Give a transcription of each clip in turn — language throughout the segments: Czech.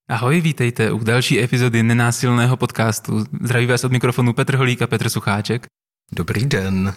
Ahoj, vítejte u další epizody nenásilného podcastu. Zdraví vás od mikrofonu Petr Holík a Petr Sucháček. Dobrý den.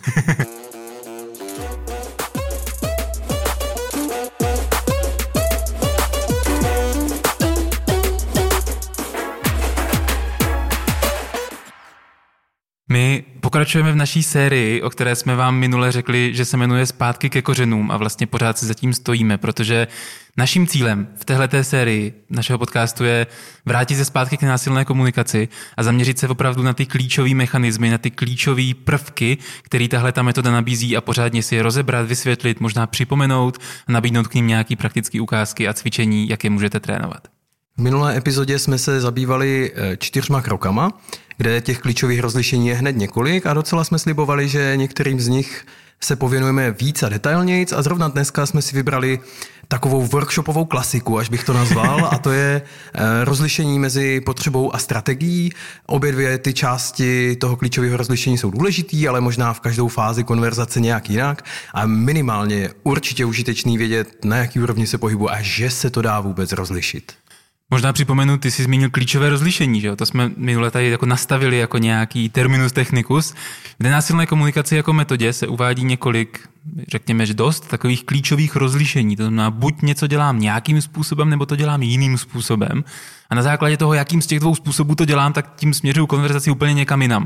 My pokračujeme v naší sérii, o které jsme vám minule řekli, že se jmenuje Zpátky ke kořenům a vlastně pořád si zatím stojíme, protože naším cílem v téhleté sérii našeho podcastu je vrátit se zpátky k násilné komunikaci a zaměřit se opravdu na ty klíčové mechanismy, na ty klíčové prvky, které tahle ta metoda nabízí a pořádně si je rozebrat, vysvětlit, možná připomenout a nabídnout k nim nějaký praktické ukázky a cvičení, jak je můžete trénovat. V minulé epizodě jsme se zabývali 4 krokama, kde těch klíčových rozlišení je hned několik a docela jsme slibovali, že některým z nich se pověnujeme víc a detailnějc a zrovna dneska jsme si vybrali takovou workshopovou klasiku, až bych to nazval, a to je rozlišení mezi potřebou a strategií. Obě dvě ty části toho klíčového rozlišení jsou důležitý, ale možná v každou fázi konverzace nějak jinak a minimálně je určitě užitečný vědět, na jaký úrovni se pohybu a že se to dá vůbec rozlišit. Možná připomenu, ty jsi zmínil klíčové rozlišení, že jo? To jsme minule tady jako nastavili jako nějaký terminus technicus. V nenásilné komunikaci jako metodě se uvádí několik, řekněme, že dost takových klíčových rozlišení. To znamená, buď něco dělám nějakým způsobem, nebo to dělám jiným způsobem. A na základě toho, jakým z těch dvou způsobů to dělám, tak tím směřuju konverzaci úplně někam jinam.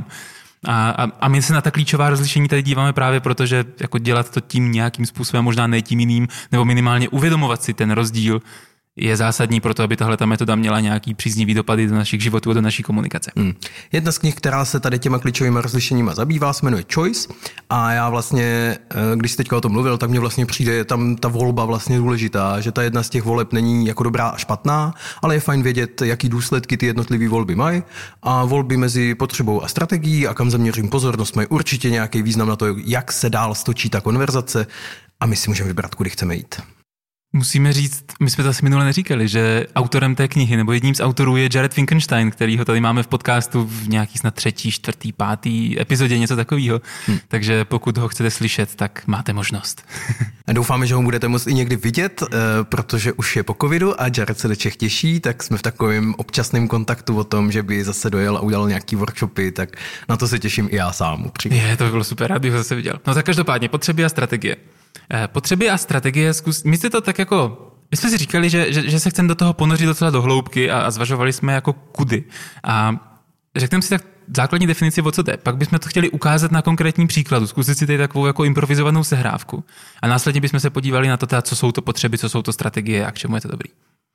A my se na ta klíčová rozlišení tady díváme právě proto, že jako dělat to tím nějakým způsobem, možná ne tím jiným, nebo minimálně uvědomovat si ten rozdíl, je zásadní pro to, aby tahle ta metoda měla nějaký příznivý dopady do našich životů a do naší komunikace. Jedna z knih, která se tady těma klíčovými rozlišeníma zabývá, se jmenuje Choice a já vlastně, když jsi teďka o tom mluvil, tak mně vlastně přijde tam ta volba vlastně důležitá, že ta jedna z těch voleb není jako dobrá a špatná, ale je fajn vědět, jaký důsledky ty jednotlivé volby mají a volby mezi potřebou a strategií a kam zaměřím pozornost mají určitě nějaký význam na to, jak se dál stočí ta konverzace a my si můžeme vybrat, kudy chceme jít. Musíme říct, my jsme to asi minule neříkali, že autorem té knihy, nebo jedním z autorů je Jared Finkelstein, kterýho tady máme v podcastu v nějaký snad 3., 4., 5. epizodě, něco takového. Takže pokud ho chcete slyšet, tak máte možnost. Doufáme, že ho budete moct i někdy vidět, protože už je po covidu a Jared se do Čech těší, tak jsme v takovém občasném kontaktu o tom, že by zase dojel a udělal nějaký workshopy, tak na to se těším i já sám. To by bylo super, rád bych ho zase viděl. No tak každopádně, potřeby a strategie. Potřeby a strategie, my si to tak jako, my jsme si říkali, že se chceme do toho ponořit docela do hloubky a zvažovali jsme jako kudy. A řekneme si tak základní definici, o co jde. Pak bychom to chtěli ukázat na konkrétním příkladu, zkusit si tady takovou jako improvizovanou sehrávku. A následně bychom se podívali na to, co jsou to potřeby, co jsou to strategie a k čemu je to dobrý.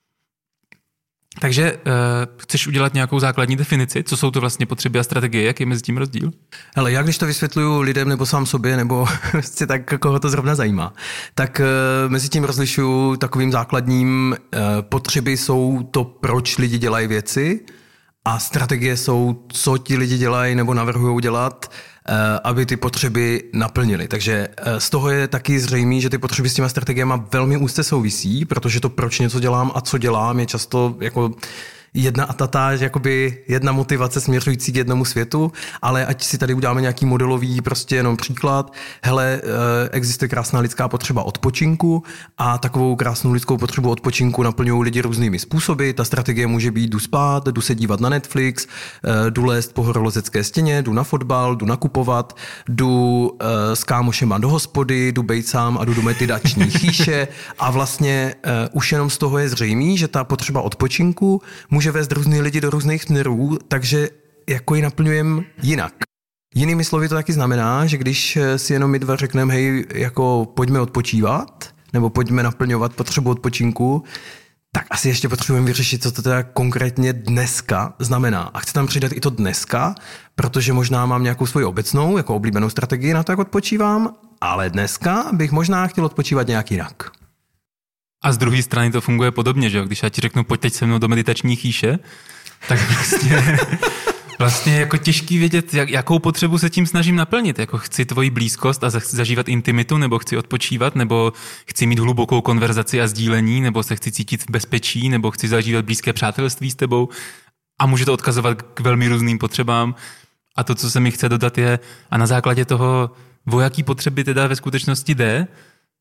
Takže chceš udělat nějakou základní definici? Co jsou to vlastně potřeby a strategie? Jak je mezi tím rozdíl? Hele, já když to vysvětluju lidem nebo sám sobě, nebo prostě tak, koho to zrovna zajímá, tak mezi tím rozlišuju takovým základním potřeby jsou to, proč lidi dělají věci a strategie jsou, co ti lidi dělají nebo navrhují dělat, aby ty potřeby naplnili. Takže z toho je taky zřejmé, že ty potřeby s těma strategiemi velmi úzce souvisí, protože to, proč něco dělám a co dělám, je často jako jedna a tatáž, jakoby jedna motivace směřující k jednomu světu, ale ať si tady uděláme nějaký modelový prostě jenom příklad. Hele, existuje krásná lidská potřeba odpočinku a takovou krásnou lidskou potřebu odpočinku naplňují lidi různými způsoby. Ta strategie může být jdu spát, jdu se dívat na Netflix, jdu lézt po horolezecké stěně, jdu na fotbal, jdu nakupovat, jdu s kámošema do hospody, jdu bejt sám a jdu do meditační chýše a vlastně už jenom z toho je zřejmý, že ta potřeba odpočinku může vést různý lidi do různých směrů, takže jako ji naplňujeme jinak. Jinými slovy to taky znamená, že když si jenom my dva řekneme, hej, jako pojďme odpočívat, nebo pojďme naplňovat potřebu odpočinku, tak asi ještě potřebujeme vyřešit, co to teda konkrétně dneska znamená. A chci tam přidat i to dneska, protože možná mám nějakou svoji obecnou, jako oblíbenou strategii na to, jak odpočívám, ale dneska bych možná chtěl odpočívat nějak jinak. A z druhé strany to funguje podobně, že jo? Když já ti řeknu, pojď teď se mnou do meditační chýše, tak vlastně jako těžký vědět, jakou potřebu se tím snažím naplnit. Jako chci tvoji blízkost a zažívat intimitu, nebo chci odpočívat, nebo chci mít hlubokou konverzaci a sdílení, nebo se chci cítit v bezpečí, nebo chci zažívat blízké přátelství s tebou. A může to odkazovat k velmi různým potřebám. A to, co se mi chce dodat, je, a na základě toho, o jaký potřeby teda ve skutečnosti jde,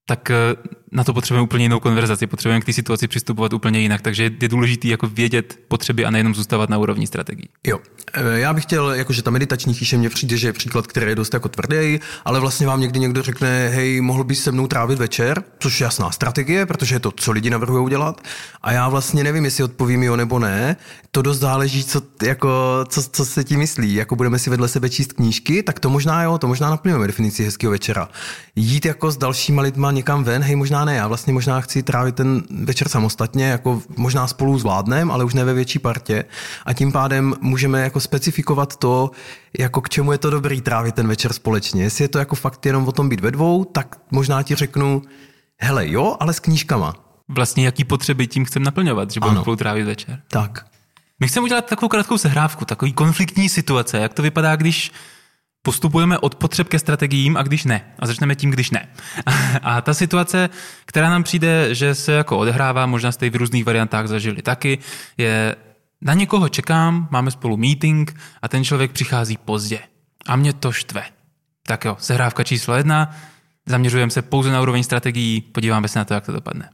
tak na to potřebujeme úplně jinou konverzaci, potřebujeme k té situaci přistupovat úplně jinak, takže je důležité jako vědět potřeby a nejenom zůstávat na úrovni strategií. Jo, já bych chtěl, jakože ta meditační chýše mně přijde, že je příklad, který je dost jako tvrdý, ale vlastně vám někdy někdo řekne, hej, mohl bys se mnou trávit večer, což je jasná strategie, protože je to, co lidi navrhují dělat, a já vlastně nevím, jestli odpovím jo nebo ne, to dost záleží, co se tím myslí, jako budeme si vedle sebe číst knížky, tak to možná jo, to možná naplňujeme definici hezkého večera. Jít jako s dalšíma lidma někam ven, hej, možná ne, já vlastně možná chci trávit ten večer samostatně, jako možná spolu zvládnem, ale už ne ve větší partě, a tím pádem můžeme jako specifikovat to, jako k čemu je to dobrý trávit ten večer společně. Jestli je to jako fakt jenom o tom být ve dvou, tak možná ti řeknu, hele jo, ale s knížkama. Vlastně jaký potřeby tím chcem naplňovat, že budeme spolu trávit večer. Tak. My chceme udělat takovou krátkou sehrávku, takový konfliktní situace, jak to vypadá, když postupujeme od potřeb ke strategiím a když ne. A začneme tím, když ne. A ta situace, která nám přijde, že se jako odehrává, možná jste ji v různých variantách zažili taky, je na někoho čekám, máme spolu meeting a ten člověk přichází pozdě. A mě to štve. Tak jo, sehrávka číslo 1, zaměřujeme se pouze na úroveň strategií, podíváme se na to, jak to dopadne.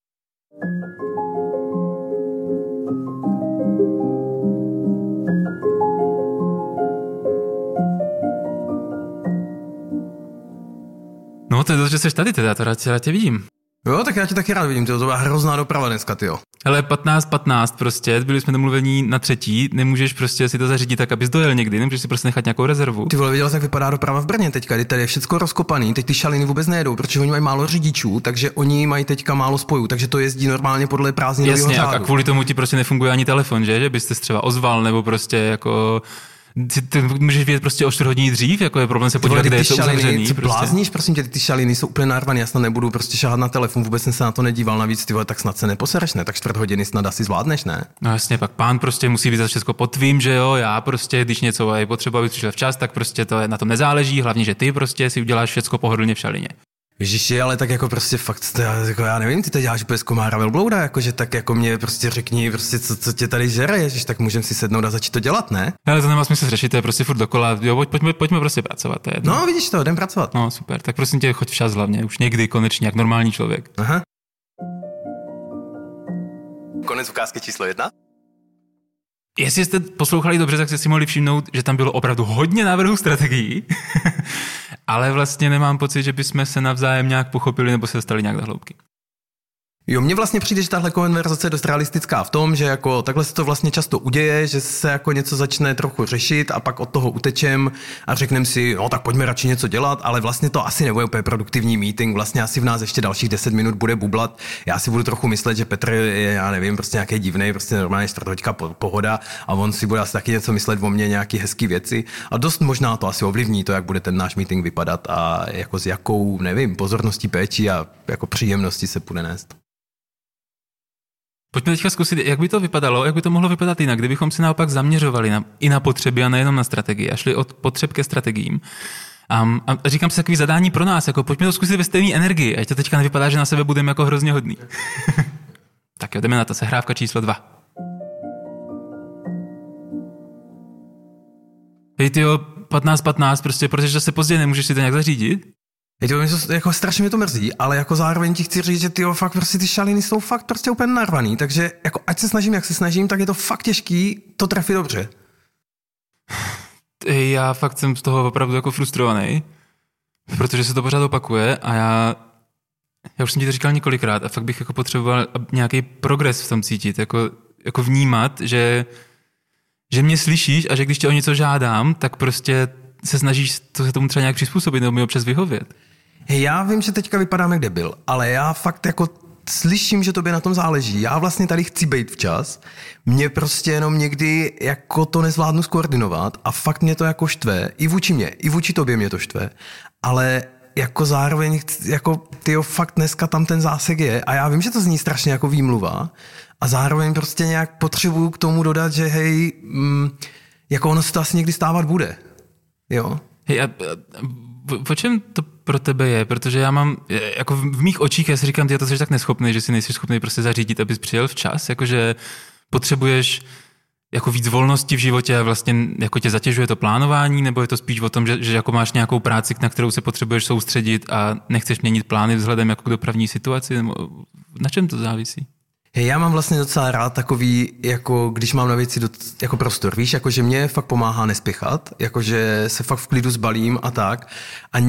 No, to je dost, že jsi tady teda, to rád tě vidím. Jo, tak já tě taky rád vidím, to byla hrozná doprava dneska, tyjo. Hele, 15 prostě, byli jsme domluvení na 3, nemůžeš prostě si to zařídit tak, abys dojel někdy, nemůžeš si prostě nechat nějakou rezervu. Ty vole, viděl jsi, jak vypadá doprava v Brně teďka, kdy tady je všecko rozkopaný, teď ty šaliny vůbec nejedou, protože oni mají málo řidičů, takže oni mají teďka málo spojů, takže to jezdí normálně podle prázdninového řádu. A kvůli tomu ti prostě nefunguje ani telefon, že byste třeba ozval, nebo prostě jako ty můžeš vědět prostě o 4 hodiny dřív, jako je problém se podívat, kde je to uzavřený. Ty blázníš, prosím tě, ty šaliny jsou úplně narvaný, já snad nebudu prostě šahat na telefon, vůbec jsem se na to nedíval, navíc ty vole, tak snad se neposereš, ne? Tak 4 hodiny snad asi zvládneš, ne? No jasně, pak pán prostě musí být všechno pod tvým, že jo, já prostě, když něco je potřeba, aby přišel včas, tak prostě to na tom nezáleží, hlavně, že ty prostě si uděláš všechno pohodlně v šalině. Ježiši, ale tak jako prostě fakt, jako já nevím, ty to děláš úplně z komára velblouda, jakože tak jako mě prostě řekni, prostě co tě tady žere, ježiš, tak můžeme si sednout a začít to dělat, ne? Ale to nemá smysl řešit, to je prostě furt dokola, jo, pojďme prostě pracovat, to je jedno. No, vidíš to, jdem pracovat. No, super, tak prosím tě, choď včas hlavně, už někdy, konečně, jak normální člověk. Aha. Konec ukázky číslo 1. Jestli jste poslouchali dobře, tak jste si mohli všimnout, že tam bylo opravdu hodně návrhů strategií, ale vlastně nemám pocit, že bychom se navzájem nějak pochopili nebo se dostali nějak do hloubky. Jo, mně vlastně přijde, že tahle konverzace je dost realistická v tom, že jako takhle se to vlastně často uděje, že se jako něco začne trochu řešit a pak od toho utečem a řekneme si, no tak pojďme radši něco dělat, ale vlastně to asi nebude úplně produktivní meeting, vlastně asi v nás ještě dalších 10 minut bude bublat. Já si budu trochu myslet, že Petr je, já nevím, prostě nějaký divnej, prostě normálně čtvrthoďka pohoda a on si bude asi taky něco myslet o mně, nějaký hezký věci a dost možná to asi ovlivní to, jak bude ten náš meeting vypadat a jako s jakou, nevím, pozorností, péčí a jako příjemností se bude nést. Pojďme teďka zkusit, jak by to vypadalo, jak by to mohlo vypadat jinak, kdybychom se naopak zaměřovali i na potřeby a nejenom na strategii a šli od potřeb ke strategiím. A říkám si takový zadání pro nás, jako pojďme to zkusit ve stejné energii, ať to teďka nevypadá, že na sebe budeme jako hrozně hodný. Tak jo, jdeme na to, sehrávka číslo 2. Hej tyjo, 15, prostě, protože se později nemůžeš si to nějak zařídit? Jako strašně mě to mrzí, ale jako zároveň ti chci říct, že tyjo, fakt prostě ty šaliny jsou fakt prostě úplně narvaný, takže jako ať se snažím, jak se snažím, tak je to fakt těžký to trefit dobře. Já fakt jsem z toho opravdu jako frustrovaný, protože se to pořád opakuje a já už jsem ti to říkal několikrát a fakt bych jako potřeboval nějaký progres v tom cítit, jako vnímat, že mě slyšíš a že když tě o něco žádám, tak prostě se snažíš se tomu třeba nějak přizpůsobit nebo mi občas vyhovět. Hej, já vím, že teďka vypadám jak debil, ale já fakt jako slyším, že tobě na tom záleží. Já vlastně tady chci být včas. Mě prostě jenom někdy jako to nezvládnu skoordinovat a fakt mě to jako štve. I vůči mě, i vůči tobě mě to štve. Ale jako zároveň, jako tyjo, fakt dneska tam ten zásek je a já vím, že to zní strašně jako výmluva a zároveň prostě nějak potřebuju k tomu dodat, že hej, jako ono se to asi někdy stávat bude. Jo? Hej, a o čem to pro tebe je? Protože já mám, jako v mých očích, já si říkám, ty to jsi tak neschopný, že si nejsi schopný prostě zařídit, abys přijel včas, jakože potřebuješ jako víc volnosti v životě a vlastně jako tě zatěžuje to plánování, nebo je to spíš o tom, že jako máš nějakou práci, na kterou se potřebuješ soustředit a nechceš měnit plány vzhledem jako k dopravní situaci, nebo na čem to závisí? Já mám vlastně docela rád takový, jako když mám na věci jako prostor, víš, jakože mě fakt pomáhá nespěchat, jakože se fakt v klidu zbalím a tak a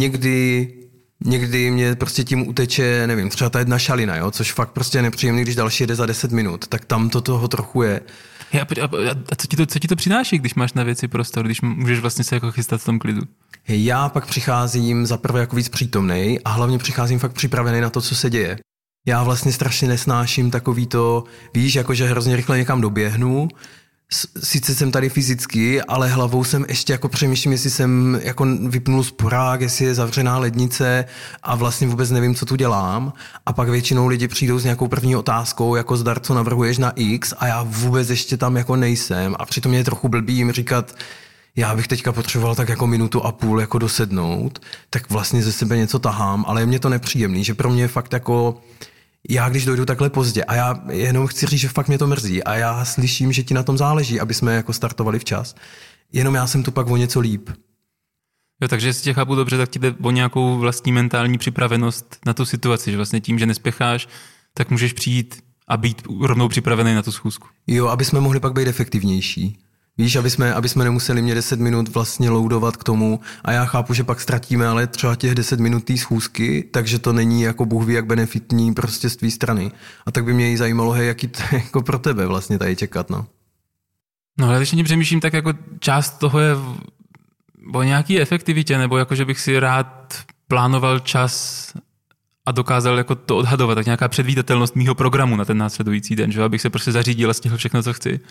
někdy mě prostě tím uteče, nevím, třeba ta jedna šalina, jo, což fakt prostě je nepříjemný, když další jede za 10 minut, tak tam to toho trochu je. A co ti to přináší, když máš na věci prostor, když můžeš vlastně se jako chystat v tom klidu? Já pak přicházím za prvé jako víc přítomnej a hlavně přicházím fakt připravený na to, co se děje. Já vlastně strašně nesnáším takový to, víš, jakože hrozně rychle někam doběhnu, sice jsem tady fyzicky, ale hlavou jsem ještě jako přemýšlím, jestli jsem jako vypnul sporák, jestli je zavřená lednice a vlastně vůbec nevím, co tu dělám. A pak většinou lidi přijdou s nějakou první otázkou, jako zdar, co navrhuješ na X a já vůbec ještě tam jako nejsem. A přitom je trochu blbý jim říkat, já bych teďka potřeboval tak jako 1,5 minuty jako dosednout, tak vlastně ze sebe něco tahám, ale je mě to nepříjemný, že pro mě je fakt jako já když dojdu takhle pozdě a já jenom chci říct, že fakt mě to mrzí a já slyším, že ti na tom záleží, aby jsme jako startovali včas, jenom já jsem tu pak o něco líp. Jo, takže jestli tě chápu dobře, tak ti jde o nějakou vlastní mentální připravenost na tu situaci, že vlastně tím, že nespěcháš, tak můžeš přijít a být rovnou připravený na tu schůzku. Jo, aby jsme mohli pak být efektivnější. Víš, aby jsme nemuseli mě 10 minut vlastně loadovat k tomu a já chápu, že pak ztratíme, ale třeba těch 10 minut té schůzky, takže to není jako Bůh ví jak benefitní prostě z tvý strany. A tak by mě i zajímalo, hej, jaký to je jako pro tebe vlastně tady čekat, no. No ale když mě přemýšlím, tak jako část toho je o nějaký efektivitě, nebo jako, že bych si rád plánoval čas a dokázal jako to odhadovat, tak nějaká předvídatelnost mýho programu na ten následující den, že abych se prostě zařídil a stihl všechno, co chci.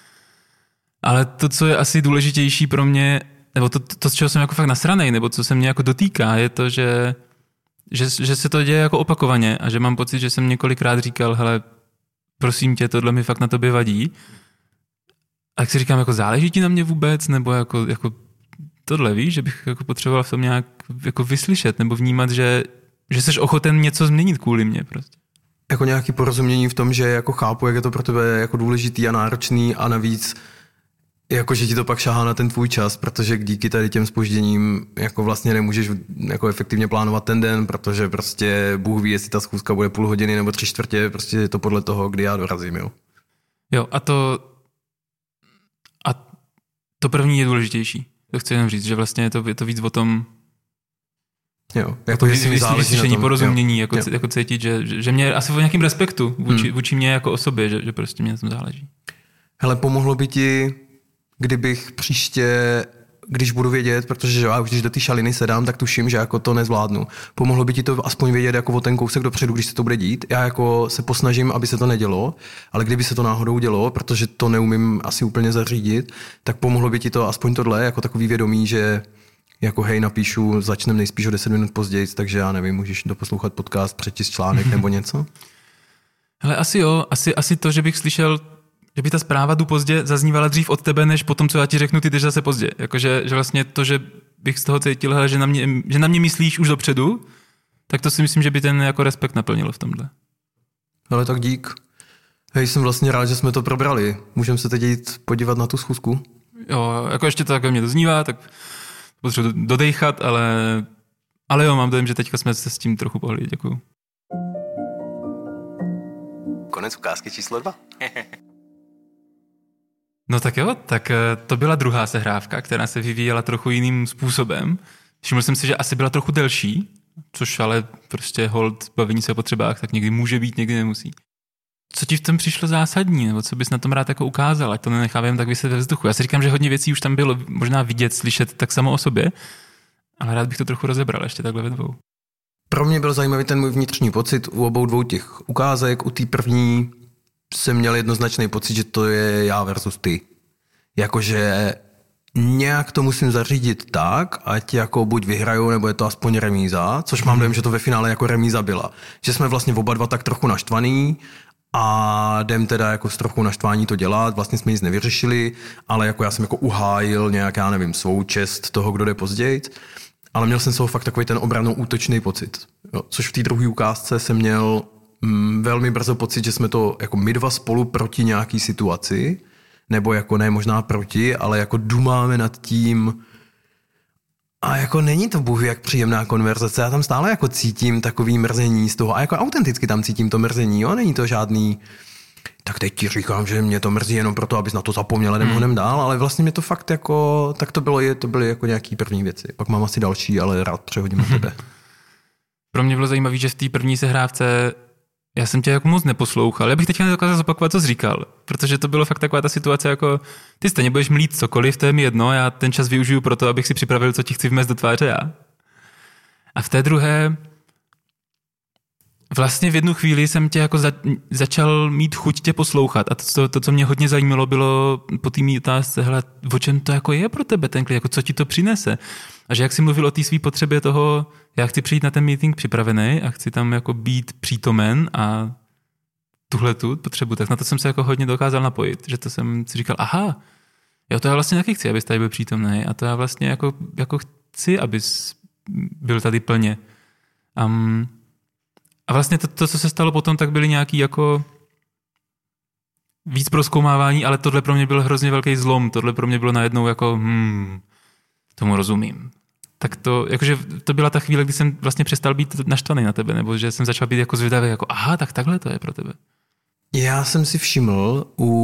Ale to, co je asi důležitější pro mě, nebo to z čeho jsem jako fakt nasranej, nebo co se mě jako dotýká, je to, že se to děje jako opakovaně a že mám pocit, že jsem několikrát říkal, hele, prosím tě, tohle mi fakt na tobě vadí. A jak si říkám, jako záleží ti na mě vůbec, nebo jako tohle, víš, že bych jako potřeboval v tom nějak jako vyslyšet, nebo vnímat, že jsi ochoten něco změnit kvůli mě prostě. Jako nějaké porozumění v tom, že jako chápu, jak je to pro tebe jako důležitý a náročný a navíc jako, že ti to pak šahá na ten tvůj čas, protože díky tady těm zpožděním jako vlastně nemůžeš jako efektivně plánovat ten den, protože prostě Bůh ví, jestli ta schůzka bude 0,5 hodiny nebo 3/4, prostě je to podle toho, kdy já dorazím, jo. Jo, a to první je důležitější. To chci jenom říct, že vlastně je to víc o tom, jo, jako vyslyšení, porozumění, jako cítit, že mě asi o nějakým respektu vůči mě jako osobě, že prostě mě na tom záleží. Hele, pomohlo by ti, kdybych příště, když budu vědět, protože já už když do té šaliny sedám, tak tuším, že jako to nezvládnu. Pomohlo by ti to aspoň vědět jako o ten kousek dopředu, když se to bude dít. Já jako se posnažím, aby se to nedělo, ale kdyby se to náhodou dělo, protože to neumím asi úplně zařídit, tak pomohlo by ti to aspoň tohle, jako takový vědomí, že jako hej, napíšu, začneme nejspíš o 10 minut později, takže já nevím, můžeš doposlouchat podcast, přečíst článek nebo něco? Hele, asi jo, asi to, že bych slyšel, že by ta zpráva jdu pozdě zaznívala dřív od tebe, než potom, co já ti řeknu, ty jdeš zase pozdě. Jakože že vlastně to, že bych z toho cítil, hele, že na mě myslíš už dopředu, tak to si myslím, že by ten jako respekt naplnilo v tomhle. Ale tak dík. Hej, jsem vlastně rád, že jsme to probrali. Můžeme se teď jít podívat na tu schůzku? Jo, jako ještě to takhle mě doznívá, tak potřebuji dodejchat, ale jo, mám dojem, že teďka jsme se s tím trochu pohli. Děkuju. Konec ukázky číslo 2. No tak jo, tak to byla druhá sehrávka, která se vyvíjela trochu jiným způsobem. Všiml jsem si, že asi byla trochu delší, což ale prostě hold bavení se o potřebách, tak někdy může být, někdy nemusí. Co ti v tom přišlo zásadní, nebo co bys na tom rád jako ukázal, ať to nenechávám jen tak vyset ve vzduchu. Já si říkám, že hodně věcí už tam bylo možná vidět, slyšet tak samo o sobě, ale rád bych to trochu rozebral ještě takhle ve dvou. Pro mě byl zajímavý ten můj vnitřní pocit u obou dvou těch ukázek. U té první jsem měl jednoznačný pocit, že to je já versus ty. Jakože nějak to musím zařídit tak, ať jako buď vyhrajou, nebo je to aspoň remíza, což mám dojem, že to ve finále jako remíza byla. Že jsme vlastně oba dva tak trochu naštvaný a jdem teda jako s trochu naštvání to dělat, vlastně jsme nic nevyřešili, ale jako já jsem jako uhájil nějak, já nevím, svou čest toho, kdo jde později, ale měl jsem z toho fakt takový ten obranou útočný pocit. Jo, což v té druhé ukázce jsem měl velmi brzo pocit, že jsme to jako my dva spolu proti nějaký situaci, nebo jako ne možná proti, ale jako dumáme nad tím a jako není to bůh jak příjemná konverzace, já tam stále jako cítím takový mrzení z toho a jako autenticky tam cítím to mrzení, jo, není to žádný tak teď ti říkám, že mě to mrzí jenom proto, abys na to zapomněl a jdem dál, ale vlastně mě to fakt jako, tak to byly jako nějaký první věci. Pak mám asi další, ale rád přehodím na tebe. Pro mě bylo zajímavé, že v té první sehrávce já jsem tě jako moc neposlouchal. Já bych teďka nedokázal zopakovat, co jsi říkal, protože to bylo fakt taková ta situace jako ty stejně budeš mlít cokoliv, to je mi jedno, já ten čas využiju pro to, abych si připravil, co ti chci vmést do tváře já. A v té druhé vlastně v jednu chvíli jsem tě jako začal mít chuť tě poslouchat a to, co mě hodně zajímalo, bylo po té mý otázce, hele, o čem to jako je pro tebe ten klid, jako co ti to přinese. A že jak jsi mluvil o té své potřebě toho, já chci přijít na ten meeting připravený a chci tam jako být přítomen a tuhletu potřebu, tak na to jsem se jako hodně dokázal napojit, že to jsem si říkal, aha, jo, to já vlastně taky chci, abys tady byl přítomný a to já vlastně jako chci, abys byl tady plně. A vlastně to, co se stalo potom, tak byly nějaký jako víc prozkoumávání, ale tohle pro mě byl hrozně velký zlom. Tohle pro mě bylo najednou jako, tomu rozumím. Tak to, jakože to byla ta chvíle, kdy jsem vlastně přestal být naštvaný na tebe, nebo že jsem začal být jako zvědavý, jako aha, tak takhle to je pro tebe. Já jsem si všiml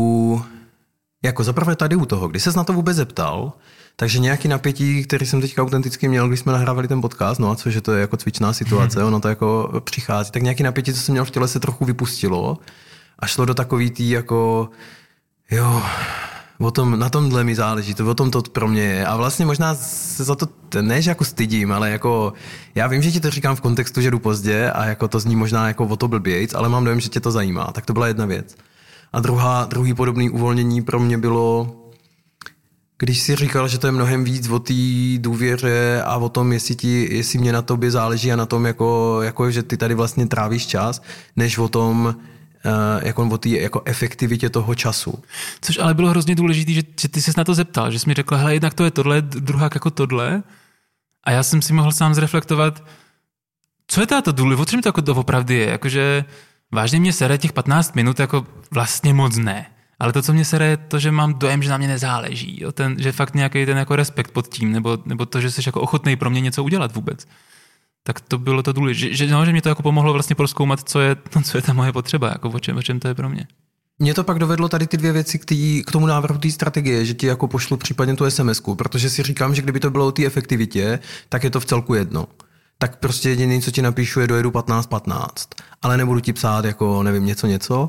jako zaprvé tady u toho, kdy ses na to vůbec zeptal, takže nějaký napětí, který jsem teďka autenticky měl, když jsme nahrávali ten podcast, no a což je to jako cvičná situace, ono to jako přichází, tak nějaký napětí, co jsem měl v těle, se trochu vypustilo a šlo do takový tý jako, jo, na tomhle mi záleží, to o tom to pro mě je a vlastně možná se za to, ne že jako stydím, ale jako, já vím, že ti to říkám v kontextu, že jdu pozdě a jako to zní možná jako o to blbějc, ale mám dojem, že tě to zajímá, tak to byla jedna věc. A druhý podobný uvolnění pro mě bylo, když jsi říkal, že to je mnohem víc o té důvěře a o tom, jestli mě na tobě záleží a na tom, jako že ty tady vlastně trávíš čas, než o tom, o té jako efektivitě toho času. Což ale bylo hrozně důležité, že ty ses na to zeptal, že jsi mi řekla, hele, jednak to je tohle, druhá jako tohle a já jsem si mohl sám zreflektovat, co je to důležité, o čem to jako doopravdy je, jakože vážně mě sere těch 15 minut jako vlastně moc ne. Ale to, co mě sere, je to, že mám dojem, že na mě nezáleží. Jo? Že fakt nějaký ten jako respekt pod tím, nebo to, že jsi jako ochotný pro mě něco udělat vůbec. Tak to bylo to důležité. Že mě to jako pomohlo vlastně prozkoumat, co je ta moje potřeba, jako o čem to je pro mě. Mě to pak dovedlo tady ty dvě věci k tomu návrhu té strategie, že ti jako pošlu případně tu SMS-ku, protože si říkám, že kdyby to bylo o té efektivitě, tak je to v celku jedno. Tak prostě jediný, co ti napíšu, je dojedu 15:15. Ale nebudu ti psát jako nevím něco,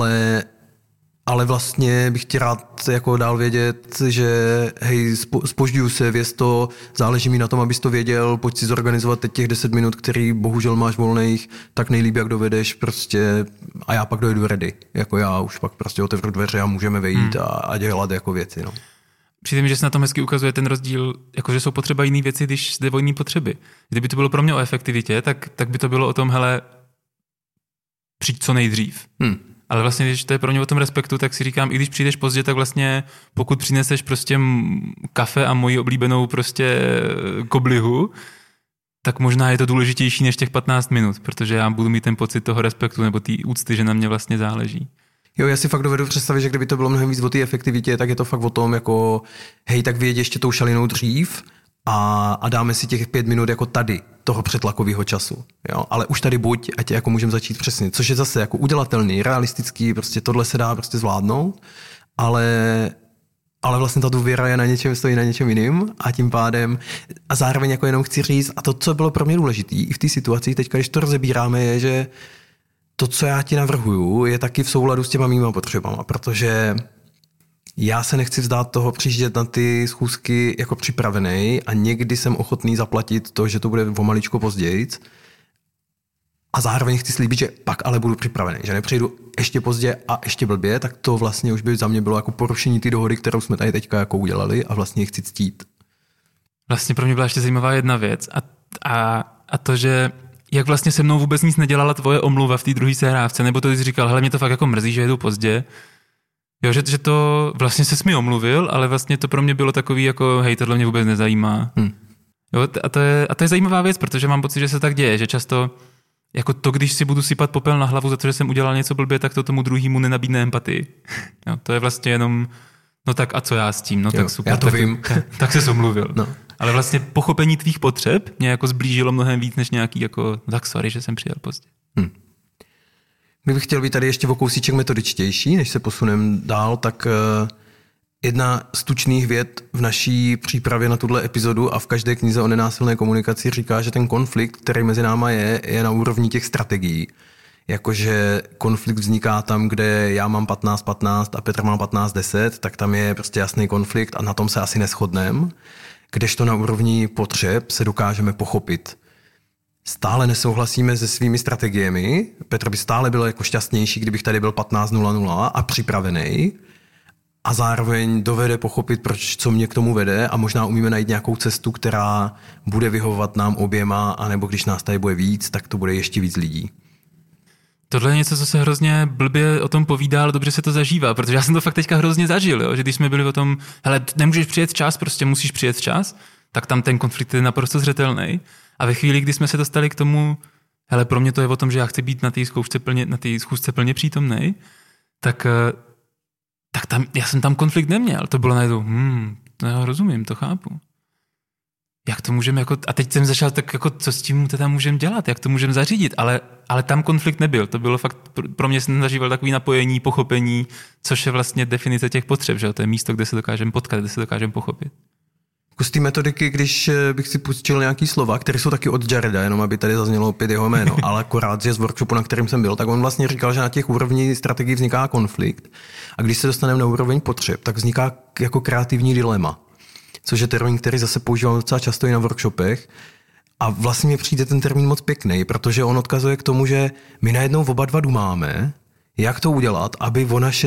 ale vlastně bych ti rád jako dál vědět, že hej, zpožďuju se, věz to, záleží mi na tom, abys to věděl, pojď si zorganizovat teď těch 10 minut, který bohužel máš volných, tak nejlíp, jak dovedeš prostě a já pak dojedu ready. Jako já už pak prostě otevřu dveře a můžeme vejít a dělat jako věci. No. Přijde mi, že se na tom hezky ukazuje ten rozdíl, jako že jsou potřeba jiné věci, když jde o jiné potřeby. Kdyby to bylo pro mě o efektivitě, tak by to bylo o tom, hele, přijď co nejdřív. Ale vlastně, když to je pro mě o tom respektu, tak si říkám, i když přijdeš pozdě, tak vlastně pokud přineseš prostě kafe a moji oblíbenou prostě koblihu, tak možná je to důležitější než těch 15 minut, protože já budu mít ten pocit toho respektu nebo té úcty, že na mě vlastně záleží. Jo, já si fakt dovedu představit, že kdyby to bylo mnohem víc o té efektivitě, tak je to fakt o tom, jako hej, tak vyjeď ještě tou šalinou dřív a dáme si těch 5 minut jako tady, toho přetlakového času. Jo? Ale už tady buď, ať jako můžeme začít přesně, což je zase jako udělatelný, realistický, prostě tohle se dá prostě zvládnout, ale vlastně ta důvěra je na něčem, stojí na něčem jiným a tím pádem a zároveň jako jenom chci říct, a to, co bylo pro mě důležité i v té situaci, teďka, když to rozebíráme, je, že to, co já ti navrhuju, je taky v souladu s těma mýma potřebama, protože já se nechci vzdát toho přijíždět na ty schůzky jako připravený a někdy jsem ochotný zaplatit to, že to bude o maličko pozdějc a zároveň chci slíbit, že pak ale budu připravený, že nepřejdu ještě pozdě a ještě blbě, tak to vlastně už by za mě bylo jako porušení té dohody, kterou jsme tady teďka jako udělali a vlastně chci ctít. Vlastně pro mě byla ještě zajímavá jedna věc a to, že jak vlastně se mnou vůbec nic nedělala tvoje omluva v té druhé sehrávce, nebo to jsi říkal, hele, mě to fakt jako mrzí, že jedu pozdě. Jo, že to vlastně ses mi omluvil, ale vlastně to pro mě bylo takový jako, hej, tohle mě vůbec nezajímá. Jo, a to je zajímavá věc, protože mám pocit, že se tak děje, že často jako to, když si budu sypat popel na hlavu za to, že jsem udělal něco blbě, tak to tomu druhému nenabídne empatii. Jo, to je vlastně jenom no tak a co já s tím? No jo, tak super. Já to vím. Tak se omluvil. No. Ale vlastně pochopení tvých potřeb mě jako zblížilo mnohem víc, než nějaký jako, no tak sorry, že jsem přijel pozdě. Kdybych chtěl být tady ještě o kousíček metodičtější, než se posuneme dál, tak jedna z tučných vět v naší přípravě na tuhle epizodu a v každé knize o nenásilné komunikaci říká, že ten konflikt, který mezi náma je na úrovni těch strategií. Jakože konflikt vzniká tam, kde já mám 15-15 a Petr má 15-10, tak tam je prostě jasný konflikt a na tom se asi neshodneme. Kdežto na úrovni potřeb se dokážeme pochopit. Stále nesouhlasíme se svými strategiemi. Petr by stále byl jako šťastnější, kdybych tady byl 15:00 a připravený. A zároveň dovede pochopit, co mě k tomu vede a možná umíme najít nějakou cestu, která bude vyhovovat nám oběma, anebo když nás tady bude víc, tak to bude ještě víc lidí. Tohle je něco, co se hrozně blbě o tom povídá, ale dobře se to zažívá, protože já jsem to fakt teďka hrozně zažil, jo? Že když jsme byli o tom, hele, nemůžeš přijet včas, prostě musíš přijet včas, tak tam ten konflikt je naprosto zřetelný. A ve chvíli, kdy jsme se dostali k tomu, hele, pro mě to je o tom, že já chci být na té schůzce plně přítomnej, tak tam, já jsem tam konflikt neměl. To bylo najednou, já rozumím, to chápu. Jak to můžeme jako, a teď jsem začal tak jako, co s tím teda můžeme dělat, jak to můžeme zařídit, ale tam konflikt nebyl. To bylo fakt, pro mě jsem zažíval takový napojení, pochopení, což je vlastně definice těch potřeb, že to je místo, kde se dokážeme potkat, kde se dokážeme pochopit. Z té metodiky, když bych si pustil nějaký slova, které jsou taky od Jareda, jenom aby tady zaznělo opět jeho jméno, ale akorát je z workshopu, na kterém jsem byl, tak on vlastně říkal, že na těch úrovní strategii vzniká konflikt a když se dostaneme na úroveň potřeb, tak vzniká jako kreativní dilema, což je termín, který zase používám docela často i na workshopech. A vlastně mi přijde ten termín moc pěkný, protože on odkazuje k tomu, že my najednou oba dva dumáme, jak to udělat, aby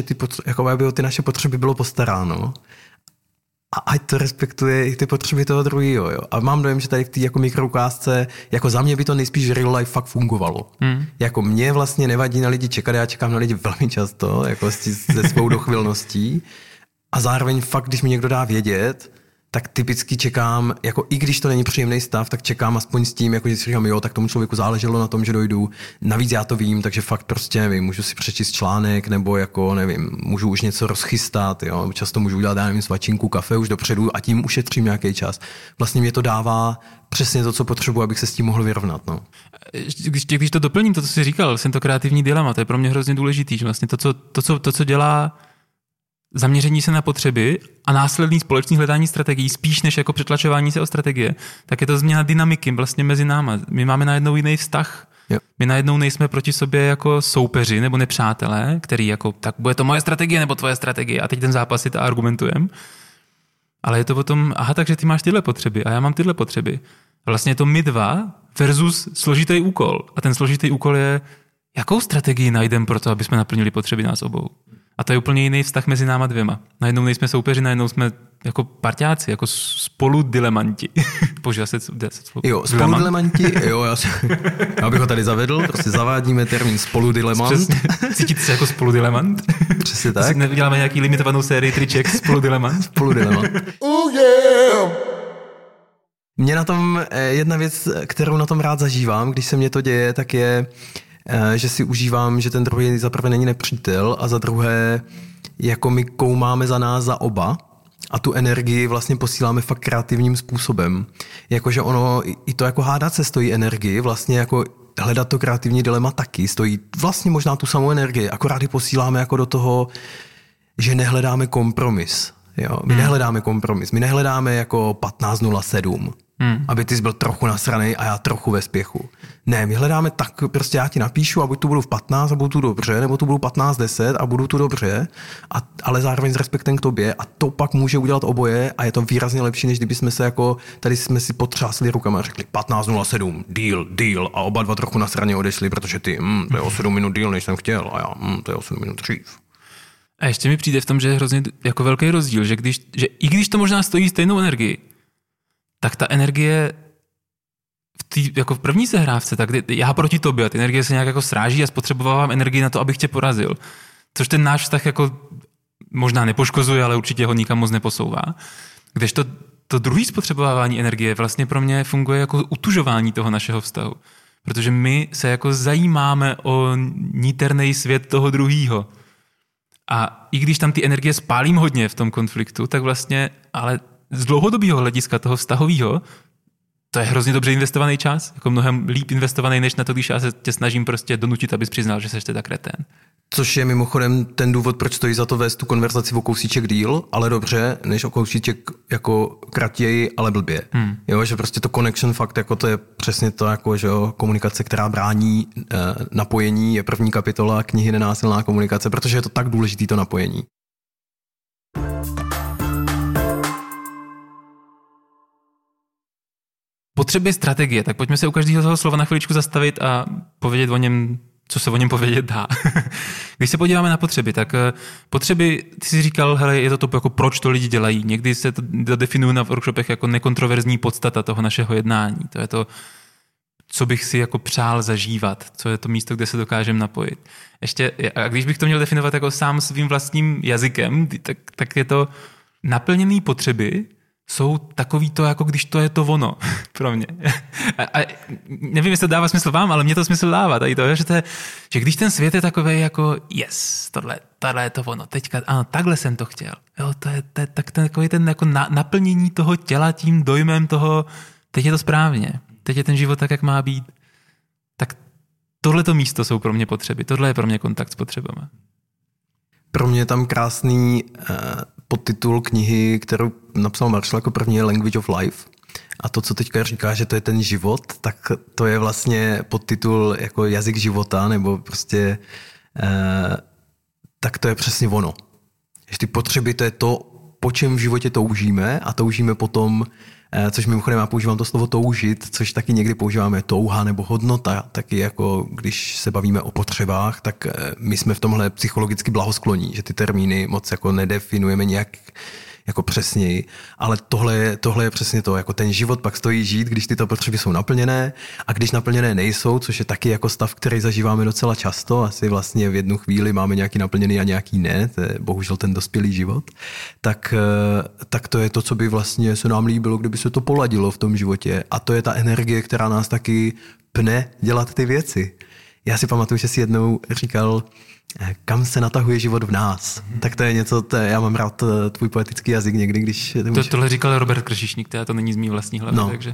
o ty naše potřeby bylo postaráno. A ať to respektuje i ty potřeby toho druhého. A mám dojem, že tady v té jako mikroukázce, jako za mě by to nejspíš v real life fakt fungovalo. Jako mě vlastně nevadí na lidi čekat, já čekám na lidi velmi často, jako se svou dochvilností. A zároveň fakt, když mi někdo dá vědět, tak typicky čekám, jako i když to není příjemný stav, tak čekám aspoň s tím, jako že si říkám, jo, tak tomu člověku záleželo na tom, že dojdu. Navíc já to vím, takže fakt prostě nevím, můžu si přečíst článek, nebo jako nevím, můžu už něco rozchystat, jo, často můžu udělat, já nevím, svačinku, kafe už dopředu a tím ušetřím nějaký čas. Vlastně mě to dává přesně to, co potřebuji, abych se s tím mohl vyrovnat. No. Když to doplním, to, co jsi říkal, jsem to kreativní dilema, to je pro mě hrozně důležitý, že vlastně to, co dělá zaměření se na potřeby a následný společný hledání strategií, spíš než jako přetlačování se o strategie, tak je to změna dynamiky vlastně mezi náma. My máme najednou jiný vztah. Jo. My najednou nejsme proti sobě jako soupeři nebo nepřátelé, který jako, tak bude to moje strategie nebo tvoje strategie a teď ten zápasit a argumentujeme. Ale je to o tom, takže ty máš tyhle potřeby a já mám tyhle potřeby. A vlastně je to my dva versus složitý úkol. A ten složitý úkol je, jakou strategii najdeme pro to, aby jsme naplnili potřeby nás obou. A to je úplně jiný vztah mezi náma dvěma. Najednou nejsme soupeři, najednou jsme jako parťáci, jako spoludilemanti. Bože, jo, spoludilemanti, jo, já bych ho tady zavedl, prostě zavádíme termín spoludilemand. Cítíte se jako spoludilemant? Přesně tak. Uděláme nějaký limitovanou sérii triček spoludilemant. Spoludilemant. Oh yeah! Mně na tom jedna věc, kterou na tom rád zažívám, když se mně to děje, tak je, že si užívám, že ten druhý za prvé není nepřítel a za druhé jako my koumáme za nás za oba a tu energii vlastně posíláme fakt kreativním způsobem. Jakože ono, i to jako hádat se stojí energii, vlastně jako hledat to kreativní dilema taky stojí vlastně možná tu samou energii, akorát ji posíláme jako do toho, že nehledáme kompromis. Jo? My nehledáme kompromis, my nehledáme jako 15:07. Aby ty jsi byl trochu nasranej a já trochu ve spěchu. Ne, my hledáme tak, prostě já ti napíšu a buď tu budu v 15 a budu tu dobře, nebo tu budu 15:10 a budu tu dobře, ale zároveň s respektem k tobě a to pak může udělat oboje a je to výrazně lepší, než kdyby jsme se jako, tady jsme si potřásli rukama a řekli 15:07, deal a oba dva trochu nasraně odešli, protože ty, to je o 7 minut deal, než jsem chtěl a já, to je o 7 minut dřív. A ještě mi přijde v tom, že je hrozně jako velký rozdíl, že i když to možná stojí stejnou energii, tak ta energie jako v první sehrávce, tak já proti tobě, ta energie se nějak jako sráží a spotřebovávám energii na to, abych tě porazil. Což ten náš vztah jako možná nepoškozuje, ale určitě ho nikam moc neposouvá. Kdežto to druhý spotřebovávání energie vlastně pro mě funguje jako utužování toho našeho vztahu. Protože my se jako zajímáme o niternej svět toho druhýho. A i když tam ty energie spálím hodně v tom konfliktu, tak vlastně, ale z dlouhodobého hlediska toho vztahového, to je hrozně dobře investovaný čas, jako mnohem líp investovaný, než na to, když já se tě snažím prostě donutit, abys přiznal, že seš teda kretén. Což je mimochodem ten důvod, proč stojí za to vést tu konverzaci o kousíček díl, ale dobře, než o kousíček jako kratěji, ale blbě. Jo, že prostě to connection fakt, jako to je přesně to, jako, že jo, komunikace, která brání napojení, je první kapitola knihy Nenásilná komunikace, protože je to tak důležitý to napojení. Potřeby strategie, tak pojďme se u každého toho slova na chviličku zastavit a povědět o něm, co se o něm povědět dá. Když se podíváme na potřeby, tak potřeby, ty jsi říkal, hele, je to jako proč to lidi dělají. Někdy se to definuje na workshopech jako nekontroverzní podstata toho našeho jednání. To je to, co bych si jako přál zažívat, co je to místo, kde se dokážeme napojit. Ještě, a když bych to měl definovat jako sám svým vlastním jazykem, tak je to naplněné potřeby, jsou takový to, jako když to je to ono pro mě. A nevím, jestli to dává smysl vám, ale mě to smysl dává. Tady to, že když ten svět je takový jako yes, tohle je to ono, teďka, ano, takhle jsem to chtěl. Jo, to je takový ten jako naplnění toho těla tím dojmem toho, teď je to správně, teď je ten život tak, jak má být. Tak tohleto místo jsou pro mě potřeby, tohle je pro mě kontakt s potřebama. Pro mě je tam krásný podtitul knihy, kterou napsal Marshall jako první, Language of Life. A to, co teďka říká, že to je ten život, tak to je vlastně podtitul jako jazyk života, nebo prostě tak to je přesně ono. Že ty potřeby, to je to, po čem v životě toužíme a toužíme potom, což mimochodem já používám to slovo toužit, což taky někdy používáme touha nebo hodnota, taky jako když se bavíme o potřebách, tak my jsme v tomhle psychologicky blahoskloní, že ty termíny moc jako nedefinujeme nějak jako přesněji, ale tohle je přesně to, jako ten život pak stojí žít, když tyto potřeby jsou naplněné a když naplněné nejsou, což je taky jako stav, který zažíváme docela často, asi vlastně v jednu chvíli máme nějaký naplněný a nějaký ne, to je bohužel ten dospělý život, tak to je to, co by vlastně se nám líbilo, kdyby se to poladilo v tom životě a to je ta energie, která nás taky pne dělat ty věci. Já si pamatuju, že si jednou říkal, kam se natahuje život v nás. Tak to je něco, já mám rád tvůj poetický jazyk někdy, když... Tohle říkal Robert Kršišník, to není z mý vlastní hlavy, no, takže...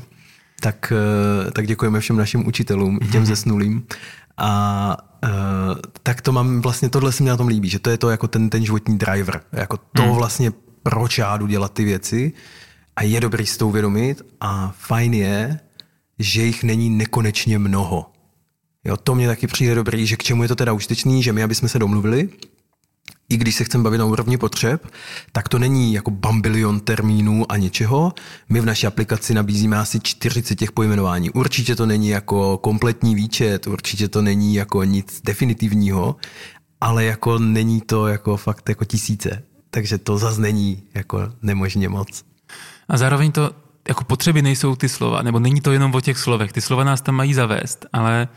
Tak děkujeme všem našim učitelům, i těm zesnulým. A tak to mám, vlastně tohle se mě na tom líbí, že to je to jako ten životní driver, jako to vlastně, proč já jdu dělat ty věci a je dobrý si to uvědomit a fajn je, že jich není nekonečně mnoho. Jo, to mě taky přijde dobrý, že k čemu je to teda užitečný, že my, aby jsme se domluvili, i když se chceme bavit na úrovni potřeb, tak to není jako bambilion termínů a něčeho. My v naší aplikaci nabízíme asi 40 těch pojmenování. Určitě to není jako kompletní výčet, určitě to není jako nic definitivního, ale jako není to jako fakt jako tisíce. Takže to zase není jako nemožně moc. A zároveň to jako potřeby nejsou ty slova, nebo není to jenom o těch slovech. Ty slova nás tam mají zavést, ale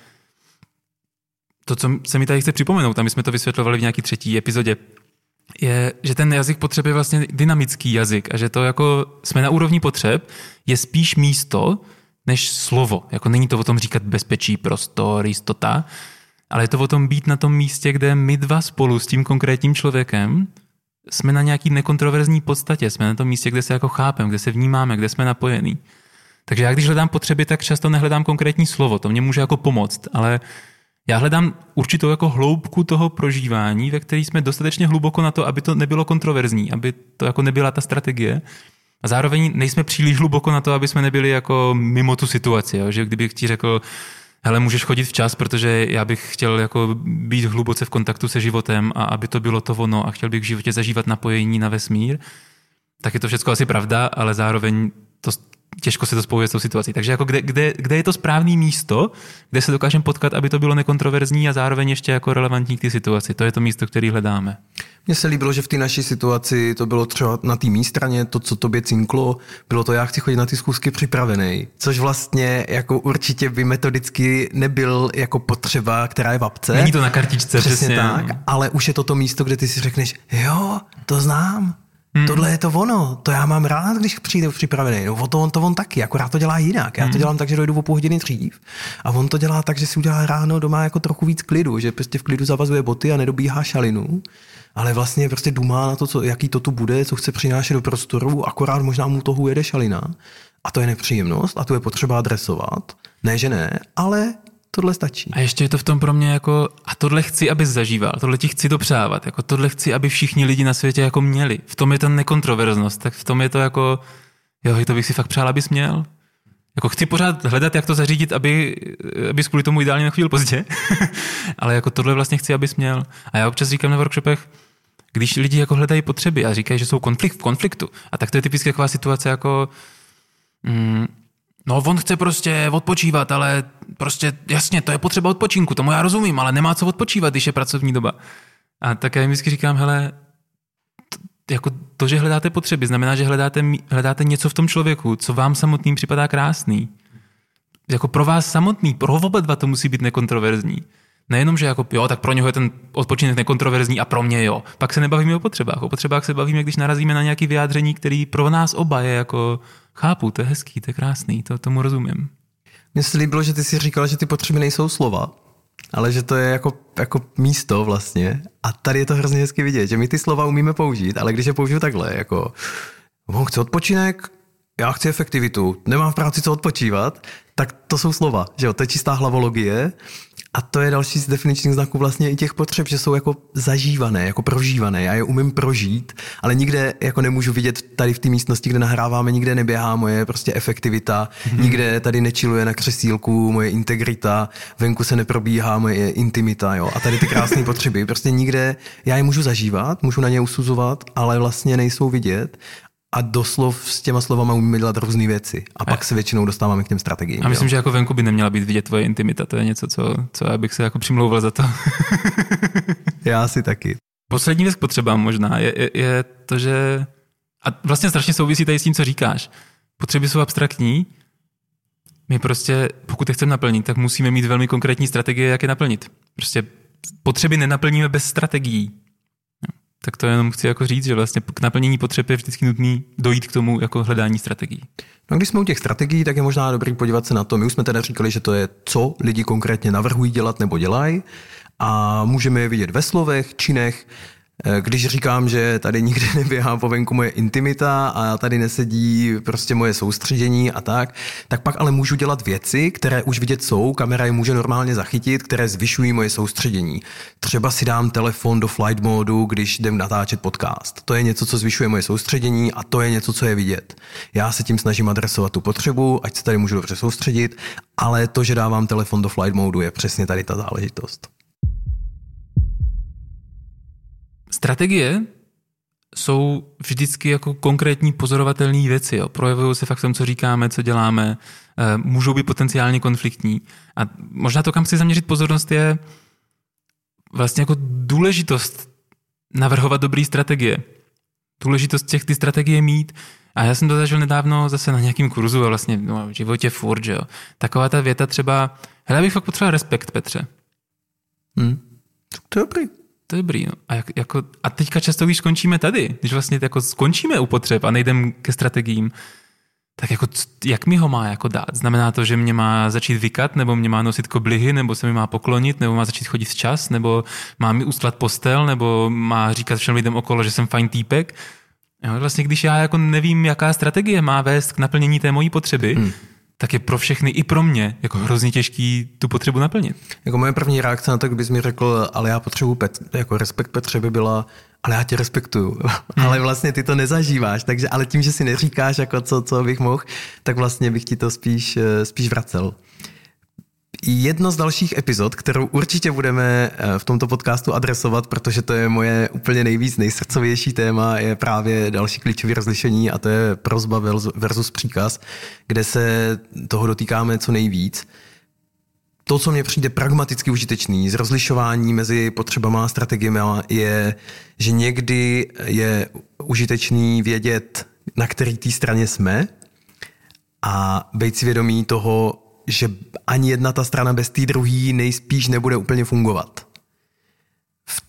to, co se mi tady chce připomenout, tam jsme to vysvětlovali v nějaký 3. epizodě, je, že ten jazyk potřeb je vlastně dynamický jazyk a že to jako jsme na úrovni potřeb je spíš místo než slovo. Jako není to o tom říkat bezpečí, prostor, jistota, ale je to o tom být na tom místě, kde my dva spolu s tím konkrétním člověkem jsme na nějaký nekontroverzní podstatě, jsme na tom místě, kde se jako chápeme, kde se vnímáme, kde jsme napojení. Takže já když hledám potřeby, tak často nehledám konkrétní slovo, to mě může jako pomoct, ale já hledám určitou jako hloubku toho prožívání, ve které jsme dostatečně hluboko na to, aby to nebylo kontroverzní, aby to jako nebyla ta strategie. A zároveň nejsme příliš hluboko na to, aby jsme nebyli jako mimo tu situaci. Jo? Že kdybych ti řekl, hele, můžeš chodit včas, protože já bych chtěl jako být hluboce v kontaktu se životem a aby to bylo to ono a chtěl bych v životě zažívat napojení na vesmír, tak je to všechno asi pravda, ale zároveň to těžko se to spojuje s tou situací. Takže jako kde je to správné místo, kde se dokážeme potkat, aby to bylo nekontroverzní a zároveň ještě jako relevantní k té situaci. To je to místo, které hledáme. Mně se líbilo, že v té naší situaci to bylo třeba na té mý straně, to, co tobě cinklo, bylo to, já chci chodit na ty schůzky připravený, což vlastně jako určitě by metodicky nebyl jako potřeba, která je v apce. Není to na kartičce, přesně tak, ale už je to místo, kde ty si řekneš, jo, to znám. Tohle je to ono, to já mám rád, když přijde připravený. No to on taky, akorát to dělá jinak. Já to dělám tak, že dojdu o půl hodiny dřív a on to dělá tak, že si udělá ráno doma jako trochu víc klidu, že prostě v klidu zavazuje boty a nedobíhá šalinu ale vlastně prostě dumá na to, jaký to tu bude, co chce přinášet do prostoru, akorát možná mu toho ujede šalina. A to je nepříjemnost a to je potřeba adresovat. Ne, že ne, ale tohle stačí. A ještě je to v tom pro mě jako, a tohle chci, abys zažíval, tohle ti chci dopřávat, jako tohle chci, aby všichni lidi na světě jako měli. V tom je ta nekontroverznost, tak v tom je to jako, jo, to bych si fakt přál, abys měl. Jako chci pořád hledat, jak to zařídit, abys kvůli tomu ideálně nechodil pozdě, ale jako tohle vlastně chci, abys měl. A já občas říkám na workshopech, když lidi jako hledají potřeby a říkají, že jsou v konfliktu, a tak to je typicky taková situace jako no on chce prostě odpočívat, ale prostě jasně, to je potřeba odpočinku, tomu já rozumím, ale nemá co odpočívat, když je pracovní doba. A tak já jim vždycky říkám, hele, jako to, že hledáte potřeby, znamená, že hledáte něco v tom člověku, co vám samotným připadá krásný. Jako pro vás samotný, pro oba dva to musí být nekontroverzní. Nejenom, že jako, jo, tak pro něho je ten odpočinek nekontroverzní a pro mě jo. Pak se nebavíme o potřebách. O potřebách se bavíme, když narazíme na nějaké vyjádření, který pro nás oba je jako, chápu, to je hezký, to je krásný, tomu rozumím. Mně se líbilo, že ty si říkal, že ty potřeby nejsou slova, ale že to je jako místo vlastně. A tady je to hrozně hezky vidět, že my ty slova umíme použít, ale když je použiju takhle, jako on chce odpočinek, já chci efektivitu, nemám v práci co odpočívat, tak to jsou slova, že jo, to je čistá hlavologie. A to je další z definičních znaků vlastně i těch potřeb, že jsou jako zažívané, jako prožívané. Já je umím prožít, ale nikde jako nemůžu vidět tady v té místnosti, kde nahráváme, nikde neběhá moje prostě efektivita, nikde tady nečiluje na křesílku moje integrita, venku se neprobíhá moje intimita, jo. A tady ty krásné potřeby, prostě nikde, já je můžu zažívat, můžu na ně usuzovat, ale vlastně nejsou vidět. A doslov s těma slovama umíme dělat různé věci. A pak se většinou dostáváme k těm strategiím. A myslím, že jako venku by neměla být vidět tvoje intimita. To je něco, co já bych se jako přimlouval za to. Já si taky. Poslední věc k potřebám možná je to, že... A vlastně strašně souvisí tady s tím, co říkáš. Potřeby jsou abstraktní. My prostě, pokud je chceme naplnit, tak musíme mít velmi konkrétní strategie, jak je naplnit. Prostě potřeby nenaplníme bez strategií. Tak to jenom chci jako říct, že vlastně k naplnění potřeb je vždycky nutný dojít k tomu jako hledání strategií. No, když jsme u těch strategií, tak je možná dobrý podívat se na to. My už jsme teda říkali, že to je, co lidi konkrétně navrhují dělat nebo dělají, a můžeme je vidět ve slovech, činech. Když říkám, že tady nikde neběhá po venku moje intimita a tady nesedí prostě moje soustředění a tak pak ale můžu dělat věci, které už vidět jsou, kamera je může normálně zachytit, které zvyšují moje soustředění. Třeba si dám telefon do flight modu, když jdem natáčet podcast. To je něco, co zvyšuje moje soustředění a to je něco, co je vidět. Já se tím snažím adresovat tu potřebu, ať se tady můžu dobře soustředit, ale to, že dávám telefon do flight modu, je přesně tady ta záležitost. Strategie jsou vždycky jako konkrétní pozorovatelné věci. Jo. Projevují se fakt v tom, co říkáme, co děláme, můžou být potenciálně konfliktní. A možná to, kam chci zaměřit pozornost, je vlastně jako důležitost navrhovat dobrý strategie. Důležitost ty strategie mít. A já jsem to zažil nedávno zase na nějakým kurzu a vlastně v životě furt, že jo. Taková ta věta třeba, hele, já bych fakt potřeboval respekt, Petře. To je dobrý. To je dobrý. No. A teďka často, když skončíme tady, když vlastně jako skončíme u potřeb a nejdem ke strategiím, tak jako, jak mi ho má jako dát? Znamená to, že mě má začít vykat, nebo mě má nosit koblihy, nebo se mi má poklonit, nebo má začít chodit včas, nebo má mi ustlat postel, nebo má říkat všem lidem okolo, že jsem fajn týpek. Jo, vlastně když já jako nevím, jaká strategie má vést k naplnění té mojí potřeby, tak je pro všechny i pro mě jako hrozně těžký tu potřebu naplnit. Jako moje první reakce na to, kdybys mi řekl, ale já potřebuji jako respekt Petře, by byla, ale já tě respektuju. Ale vlastně ty to nezažíváš, takže ale tím, že si neříkáš, jako co bych mohl, tak vlastně bych ti to spíš vracel. Jedno z dalších epizod, kterou určitě budeme v tomto podcastu adresovat, protože to je moje úplně nejsrdcovější téma, je právě další klíčové rozlišení, a to je prosba versus příkaz, kde se toho dotýkáme co nejvíc. To, co mně přijde pragmaticky užitečný z rozlišování mezi potřebama a strategiemi, je, že někdy je užitečný vědět, na který té straně jsme, a být si vědomí toho, že ani jedna ta strana bez té druhé nejspíš nebude úplně fungovat. V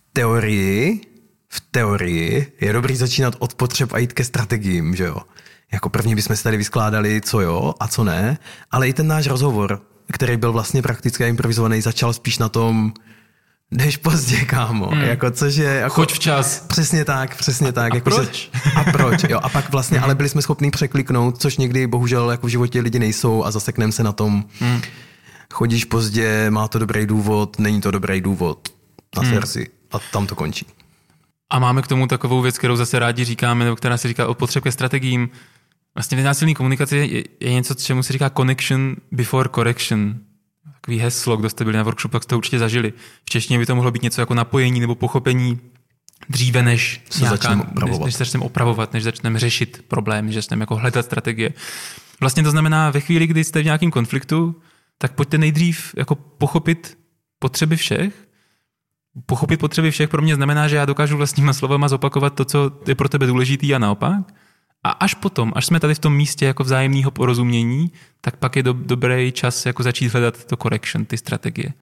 teorii je dobrý začínat od potřeb a jít ke strategiím, že jo. Jako první bychom si tady vyskládali, co jo a co ne, ale i ten náš rozhovor, který byl vlastně prakticky improvizovaný, začal spíš na tom, jdeš pozdě, kámo. Jako, což je, jako, choď včas. Přesně tak. A jako, proč? A proč, jo. A pak vlastně, ale byli jsme schopní překliknout, což někdy bohužel jako v životě lidi nejsou a zasekneme se na tom. Chodíš pozdě, má to dobrý důvod, není to dobrý důvod. Naser si. A tam to končí. A máme k tomu takovou věc, kterou zase rádi říkáme, nebo která se říká o potřeb ke strategiím. Vlastně v nenásilné komunikaci je něco, čemu se říká connection before correction. Takový heslo, kdo jste byli na workshopu, tak jste to určitě zažili. V češtině by to mohlo být něco jako napojení nebo pochopení dříve, než začneme opravovat, než začneme řešit problém, než začneme jako hledat strategie. Vlastně to znamená, ve chvíli, kdy jste v nějakém konfliktu, tak pojďte nejdřív jako pochopit potřeby všech. Pochopit potřeby všech pro mě znamená, že já dokážu vlastníma slovama zopakovat to, co je pro tebe důležitý a naopak. A až potom, až jsme tady v tom místě jako vzájemného porozumění, tak pak je dobrý čas jako začít hledat to correction, ty strategie.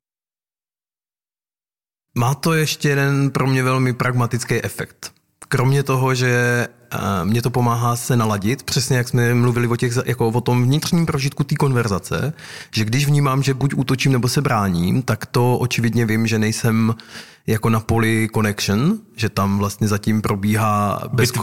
Má to ještě jeden pro mě velmi pragmatický efekt. Kromě toho, že mě to pomáhá se naladit, přesně jak jsme mluvili o tom vnitřním prožitku té konverzace, že když vnímám, že buď útočím nebo se bráním, tak to očividně vím, že nejsem jako na poli connection, že tam vlastně zatím probíhá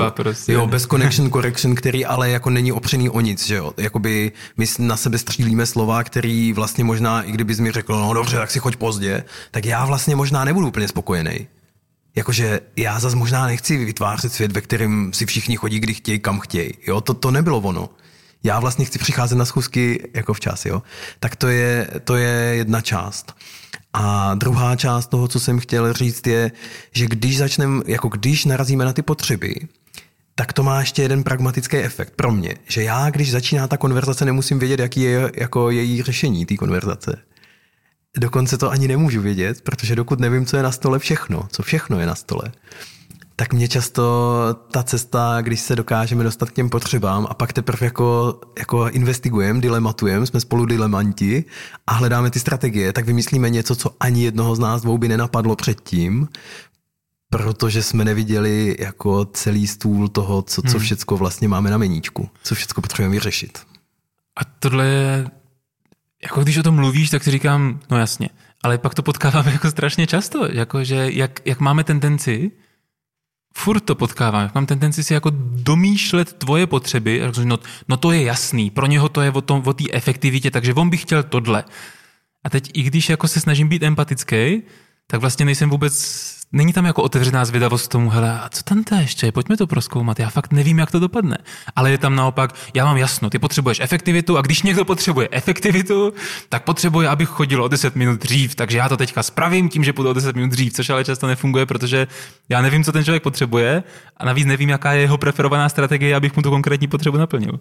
bez connection correction, který ale jako není opřený o nic, že jo. Jakoby my na sebe střílíme slova, který vlastně možná, i kdybys mi řekl, no dobře, tak si choď pozdě, tak já vlastně možná nebudu úplně spokojený. Jakože já zas možná nechci vytvářet svět, ve kterém si všichni chodí, kdy chtějí, kam chtějí. Jo, to nebylo ono. Já vlastně chci přicházet na schůzky jako včas, jo. Tak to je jedna část. A druhá část toho, co jsem chtěl říct, je, že když narazíme na ty potřeby, tak to má ještě jeden pragmatický efekt pro mě. Že já, když začíná ta konverzace, nemusím vědět, jaký je jako její řešení té konverzace. Dokonce to ani nemůžu vědět, protože dokud nevím, co je na stole co všechno je na stole, tak mě často ta cesta, když se dokážeme dostat k těm potřebám a pak teprve jako investigujeme, dilematujeme, jsme spolu dilemanti a hledáme ty strategie, tak vymyslíme něco, co ani jednoho z nás dvou by nenapadlo předtím, protože jsme neviděli jako celý stůl toho, co všecko vlastně máme na meníčku, co všecko potřebujeme vyřešit. A tohle je, jako když o tom mluvíš, tak si říkám, no jasně, ale pak to potkáváme jako strašně často, jakože jak máme tendenci, furt to potkávám, jak mám tendenci si jako domýšlet tvoje potřeby, no to je jasný, pro něho to je o té efektivitě, takže on by chtěl tohle. A teď i když jako se snažím být empatický, tak vlastně není tam jako otevřená zvědavost k tomu, hele, a co tam to ještě, pojďme to prozkoumat, já fakt nevím, jak to dopadne. Ale je tam naopak, já mám jasno, ty potřebuješ efektivitu a když někdo potřebuje efektivitu, tak potřebuje, abych chodil o 10 minut dřív, takže já to teďka spravím tím, že půjdu o 10 minut dřív, což ale často nefunguje, protože já nevím, co ten člověk potřebuje a navíc nevím, jaká je jeho preferovaná strategie, abych mu tu konkrétní potřebu naplnil.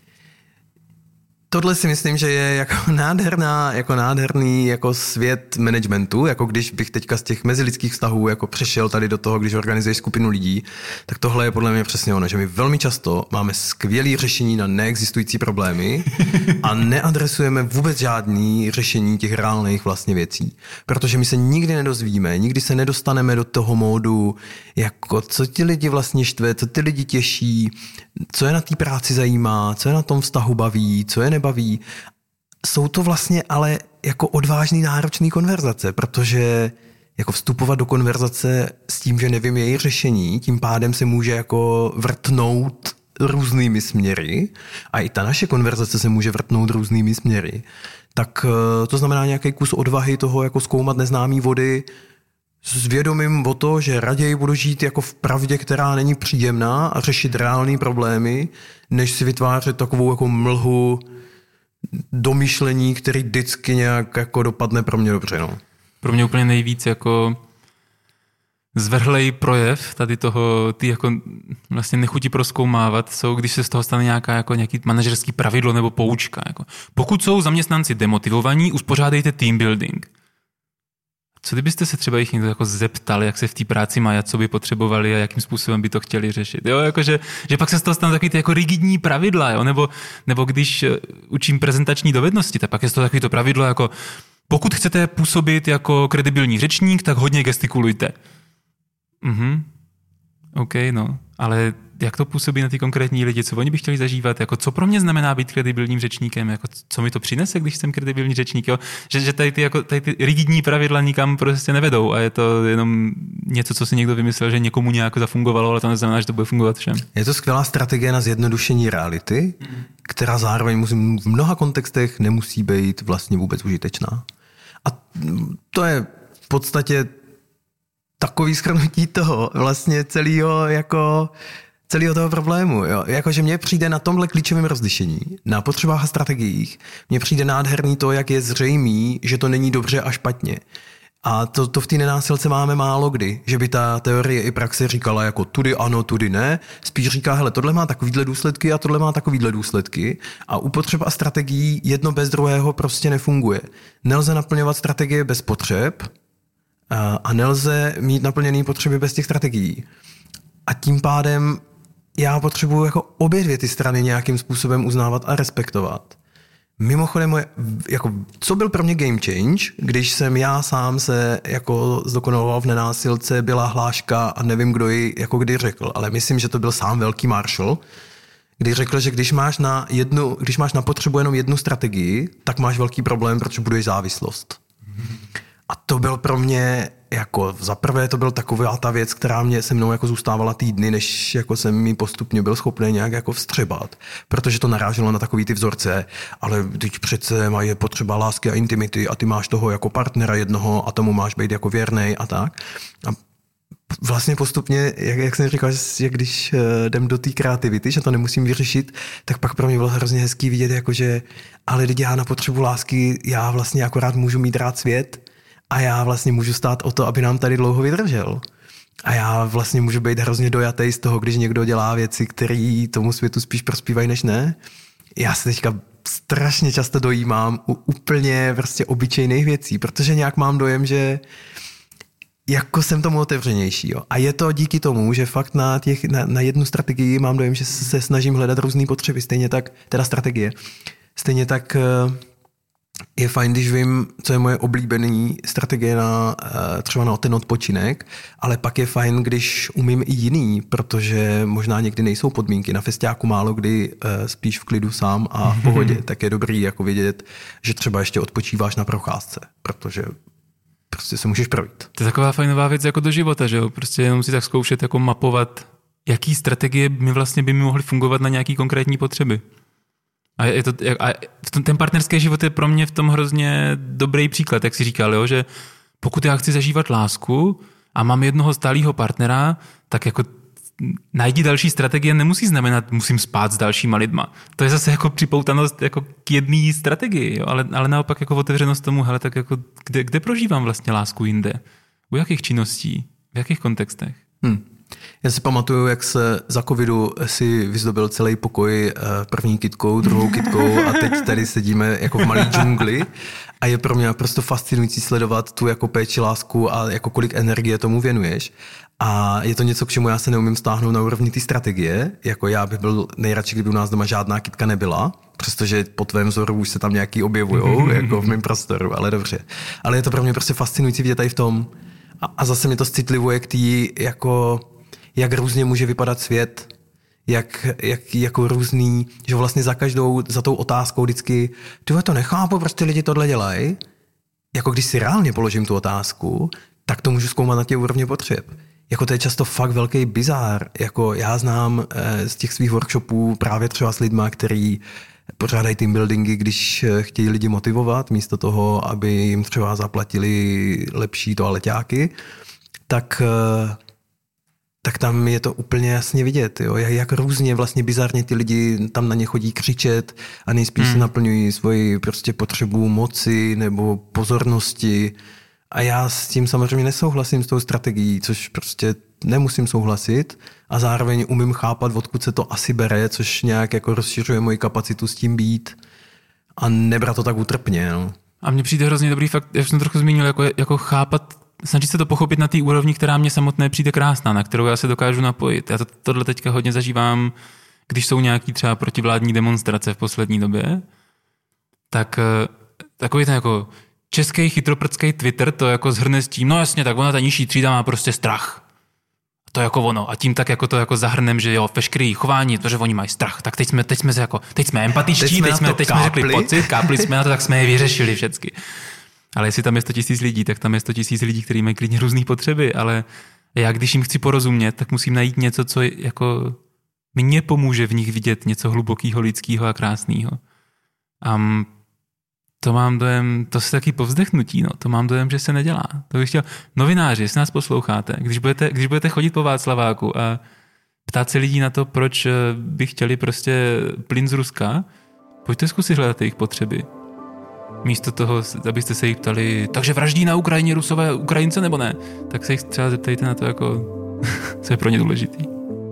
Tohle si myslím, že je jako nádherný jako svět managementu, jako když bych teďka z těch mezilidských vztahů jako přešel tady do toho, když organizuješ skupinu lidí, tak tohle je podle mě přesně ono, že my velmi často máme skvělé řešení na neexistující problémy a neadresujeme vůbec žádný řešení těch reálných vlastně věcí, protože my se nikdy nedozvíme, nikdy se nedostaneme do toho módu, jako co ti lidi vlastně štve, co ty lidi těší, co je na té práci zajímá, co je na tom vztahu baví, co je nebaví. Jsou to vlastně ale jako odvážný, náročný konverzace, protože jako vstupovat do konverzace s tím, že nevím její řešení, tím pádem se může jako vrtnout různými směry a i ta naše konverzace se může vrtnout různými směry. Tak to znamená nějaký kus odvahy toho jako zkoumat neznámý vody s vědomím o to, že raději budu žít jako v pravdě, která není příjemná a řešit reální problémy, než si vytvářet takovou jako mlhu domýšlení, který vždycky nějak jako dopadne pro mě dobře. No. Pro mě úplně nejvíc jako zvrhlej projev tady toho, ty jako vlastně nechuti prozkoumávat, jsou, když se z toho stane nějaký manažerský pravidlo nebo poučka. Jako. Pokud jsou zaměstnanci demotivovaní, uspořádejte team building. Co kdybyste se třeba jich někdo jako zeptali, jak se v té práci mají a co by potřebovali a jakým způsobem by to chtěli řešit. Jo? Jakože, že pak se z toho stane takový ty jako rigidní pravidla, jo? Nebo když učím prezentační dovednosti, tak pak je to takový to pravidlo jako pokud chcete působit jako kredibilní řečník, tak hodně gestikulujte. OK, no. ale jak to působí na ty konkrétní lidi, co oni by chtěli zažívat, jako co pro mě znamená být kredibilním řečníkem, jako co mi to přinese, když jsem kredibilní řečník, jo? Že tady ty rigidní pravidla nikam prostě nevedou a je to jenom něco, co si někdo vymyslel, že někomu nějak zafungovalo, ale to neznamená, že to bude fungovat všem. Je to skvělá strategie na zjednodušení reality, která zároveň v mnoha kontextech nemusí být vlastně vůbec užitečná. A to je v podstatě takový shrnutí toho vlastně celého toho problému. Jo. Jakože mně přijde na tomhle klíčovém rozlišení, na potřebách a strategiích, mně přijde nádherný to, jak je zřejmý, že to není dobře a špatně. A to v té nenásilce máme málo kdy, že by ta teorie i praxe říkala jako tudy ano, tudy ne, spíš říká, hele, tohle má takovýhle důsledky a tohle má takovýhle důsledky a u potřeb a strategií jedno bez druhého prostě nefunguje. Nelze naplňovat strategie bez potřeb a nelze mít naplněné potřeby bez těch strategií. A tím pádem já potřebuji jako obě dvě ty strany nějakým způsobem uznávat a respektovat. Mimochodem, jako, co byl pro mě game change, když jsem já sám se jako zdokonaloval v nenásilce, byla hláška a nevím, kdo ji jako kdy řekl, ale myslím, že to byl sám velký Marshall, kdy řekl, že když máš na potřebu jenom jednu strategii, tak máš velký problém, protože buduješ závislost. A to byl pro mě jako za prvé to byl taková ta věc, která mě se mnou jako zůstávala týdny, než jako jsem mi postupně byl schopný nějak jako vstřebat, protože to naráželo na takový ty vzorce, ale teď přece je potřeba lásky a intimity a ty máš toho jako partnera jednoho a tomu máš být jako věrnej a tak. A vlastně postupně, jak jsem říkal, že když jdem do té kreativity, že to nemusím vyřešit, tak pak pro mě bylo hrozně hezký vidět, jakože ale lidi, já na potřebu lásky, já vlastně akorát můžu mít rád svět a já vlastně můžu stát o to, aby nám tady dlouho vydržel. A já vlastně můžu být hrozně dojatý z toho, když někdo dělá věci, které tomu světu spíš prospívají, než ne. Já se teďka strašně často dojímám u úplně prostě obyčejných věcí, protože nějak mám dojem, že jako jsem tomu otevřenější. Jo. A je to díky tomu, že fakt na jednu strategii mám dojem, že se snažím hledat různé potřeby, stejně tak, teda strategie. Stejně tak je fajn, když vím, co je moje oblíbený strategie třeba na ten odpočinek, ale pak je fajn, když umím i jiný, protože možná někdy nejsou podmínky. Na festiáku málo kdy spíš v klidu sám a v pohodě, tak je dobrý jako vědět, že třeba ještě odpočíváš na procházce, protože prostě se můžeš projít. To je taková fajnová věc jako do života, že jo? Prostě jenom si tak zkoušet jako mapovat, jaký strategie by mi mohly fungovat na nějaký konkrétní potřeby. A ten partnerský život je pro mě v tom hrozně dobrý příklad, jak jsi říkal, jo? Že pokud já chci zažívat lásku a mám jednoho stálého partnera, tak jako najdi další strategie nemusí znamenat, musím spát s dalšíma lidma. To je zase jako připoutanost jako k jedné strategii, jo? Ale naopak jako otevřenost tomu, hele, tak jako kde prožívám vlastně lásku jinde? U jakých činností? V jakých kontextech? Já si pamatuju, jak se za covidu si vyzdobil celý pokoj první kytkou, druhou kytkou a teď tady sedíme jako v malý džungli a je pro mě naprosto fascinující sledovat tu jako péči, lásku a jako kolik energie tomu věnuješ. A je to něco, k čemu já se neumím stáhnout na úrovni té strategie. Jako já bych byl nejradši, kdyby u nás doma žádná kytka nebyla, přestože po tvém vzoru už se tam nějaký objevujou, jako v mém prostoru, ale dobře. Ale je to pro mě prostě fascinující vidět tady v tom. A zase mě to citlivuje k tý, jako jak různě může vypadat svět, jak jako různý, že vlastně za tou otázkou vždycky, tyhle to nechápu, prostě lidi tohle dělají. Jako když si reálně položím tu otázku, tak to můžu zkoumat na těch úrovně potřeb. Jako to je často fakt velký bizár. Jako já znám z těch svých workshopů právě třeba s lidma, který pořádají team buildingy, když chtějí lidi motivovat, místo toho, aby jim třeba zaplatili lepší toaleťáky, tak tam je to úplně jasně vidět, jo? Jak různě vlastně bizarně ty lidi tam na ně chodí křičet a nejspíš se naplňují svoji prostě potřebu moci nebo pozornosti. A já s tím samozřejmě nesouhlasím s tou strategií, což prostě nemusím souhlasit a zároveň umím chápat, odkud se to asi bere, což nějak jako rozšiřuje moji kapacitu s tím být a nebrat to tak útrpně. No. A mně přijde hrozně dobrý fakt, jak jsem trochu zmínil, jako chápat, snažit se to pochopit na té úrovni, která mě samotné přijde krásná, na kterou já se dokážu napojit. Já tohle teďka hodně zažívám, když jsou nějaký třeba protivládní demonstrace v poslední době, tak takový ten jako český chytroprdský Twitter to jako zhrne s tím, no jasně, tak ona ta nižší třída má prostě strach. To je jako ono. A tím tak jako to jako zahrnem, že jo, veškerý chování, protože oni mají strach. Tak teď jsme empatičtí, teď jsme řekli pocit, kápli jsme na to, tak jsme je vyřešili všecky. Ale jestli tam je 100 000 lidí, tak tam je 100 000 lidí, kteří mají klidně různé potřeby, ale já když jim chci porozumět, tak musím najít něco, co jako mně pomůže v nich vidět něco hlubokého, lidského a krásného. A to mám dojem, to se taky povzdechnutí, no, to mám dojem, že se nedělá. To bych chtěl, novináři, jestli nás posloucháte, když budete chodit po Václaváku a ptát se lidí na to, proč by chtěli prostě plyn z Ruska, pojďte zkusit hledat jejich potřeby. Místo toho, abyste se jich ptali, takže vraždí na Ukrajině Rusové Ukrajince nebo ne, tak se jich třeba zeptejte na to, jako, co je pro ně důležitý.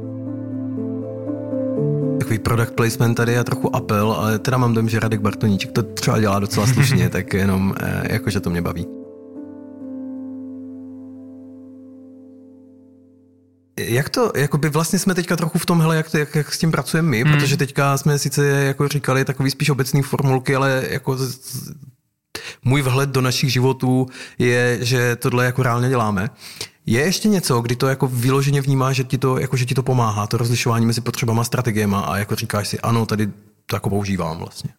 Takový product placement tady je trochu apel, ale teda mám dojem, že Radek Bartoníček to třeba dělá docela slušně, tak jenom jakože to mě baví. Jak to, jakoby vlastně jsme teďka trochu v tomhle, jak s tím pracujeme my, protože teďka jsme sice jako říkali takový spíš obecný formulky, ale jako můj vhled do našich životů je, že tohle jako reálně děláme. Je ještě něco, kdy to jako vyloženě vnímáš, že ti to pomáhá, to rozlišování mezi potřebama a strategiema a jako říkáš si, ano, tady to jako používám vlastně.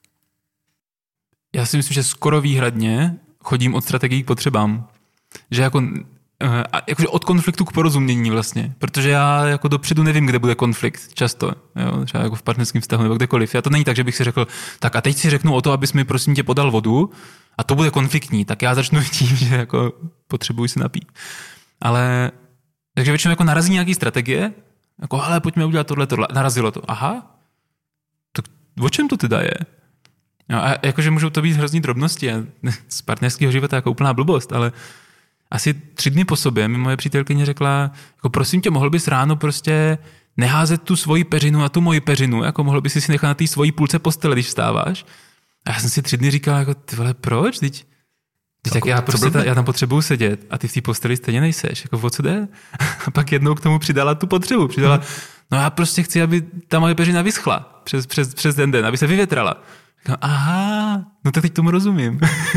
Já si myslím, že skoro výhradně chodím od strategií k potřebám. Že jakože od konfliktu k porozumění vlastně, protože já jako dopředu nevím, kde bude konflikt často, jo, třeba jako v partnerském vztahu nebo kdekoliv. Já to není tak, že bych si řekl, tak a teď si řeknu o to, abys mi prosím tě podal vodu a to bude konfliktní, tak já začnu tím, že jako potřebuji se napít. Ale takže většinou jako narazí nějaký strategie, jako hele, pojďme udělat tohle, narazilo to. Aha, tak o čem to teda je? No a jakože můžou to být hrozný drobnosti a z partnerského života jako úplná blbost, ale asi 3 dny po sobě mi moje přítelkyně řekla, jako prosím tě, mohl bys ráno prostě neházet tu svoji peřinu a tu moji peřinu, jako mohl bys si nechat na té svojí půlce postele, když vstáváš. A já jsem si 3 dny říkal, jako ty vole, proč? Tak já tam potřebuju sedět a ty v té posteli stejně nejseš. Jako o co jde? A pak jednou k tomu přidala tu potřebu. No já prostě chci, aby ta moje peřina vyschla přes ten den, aby se vyvětrala. Říkám, aha, no tak teď tomu rozumím.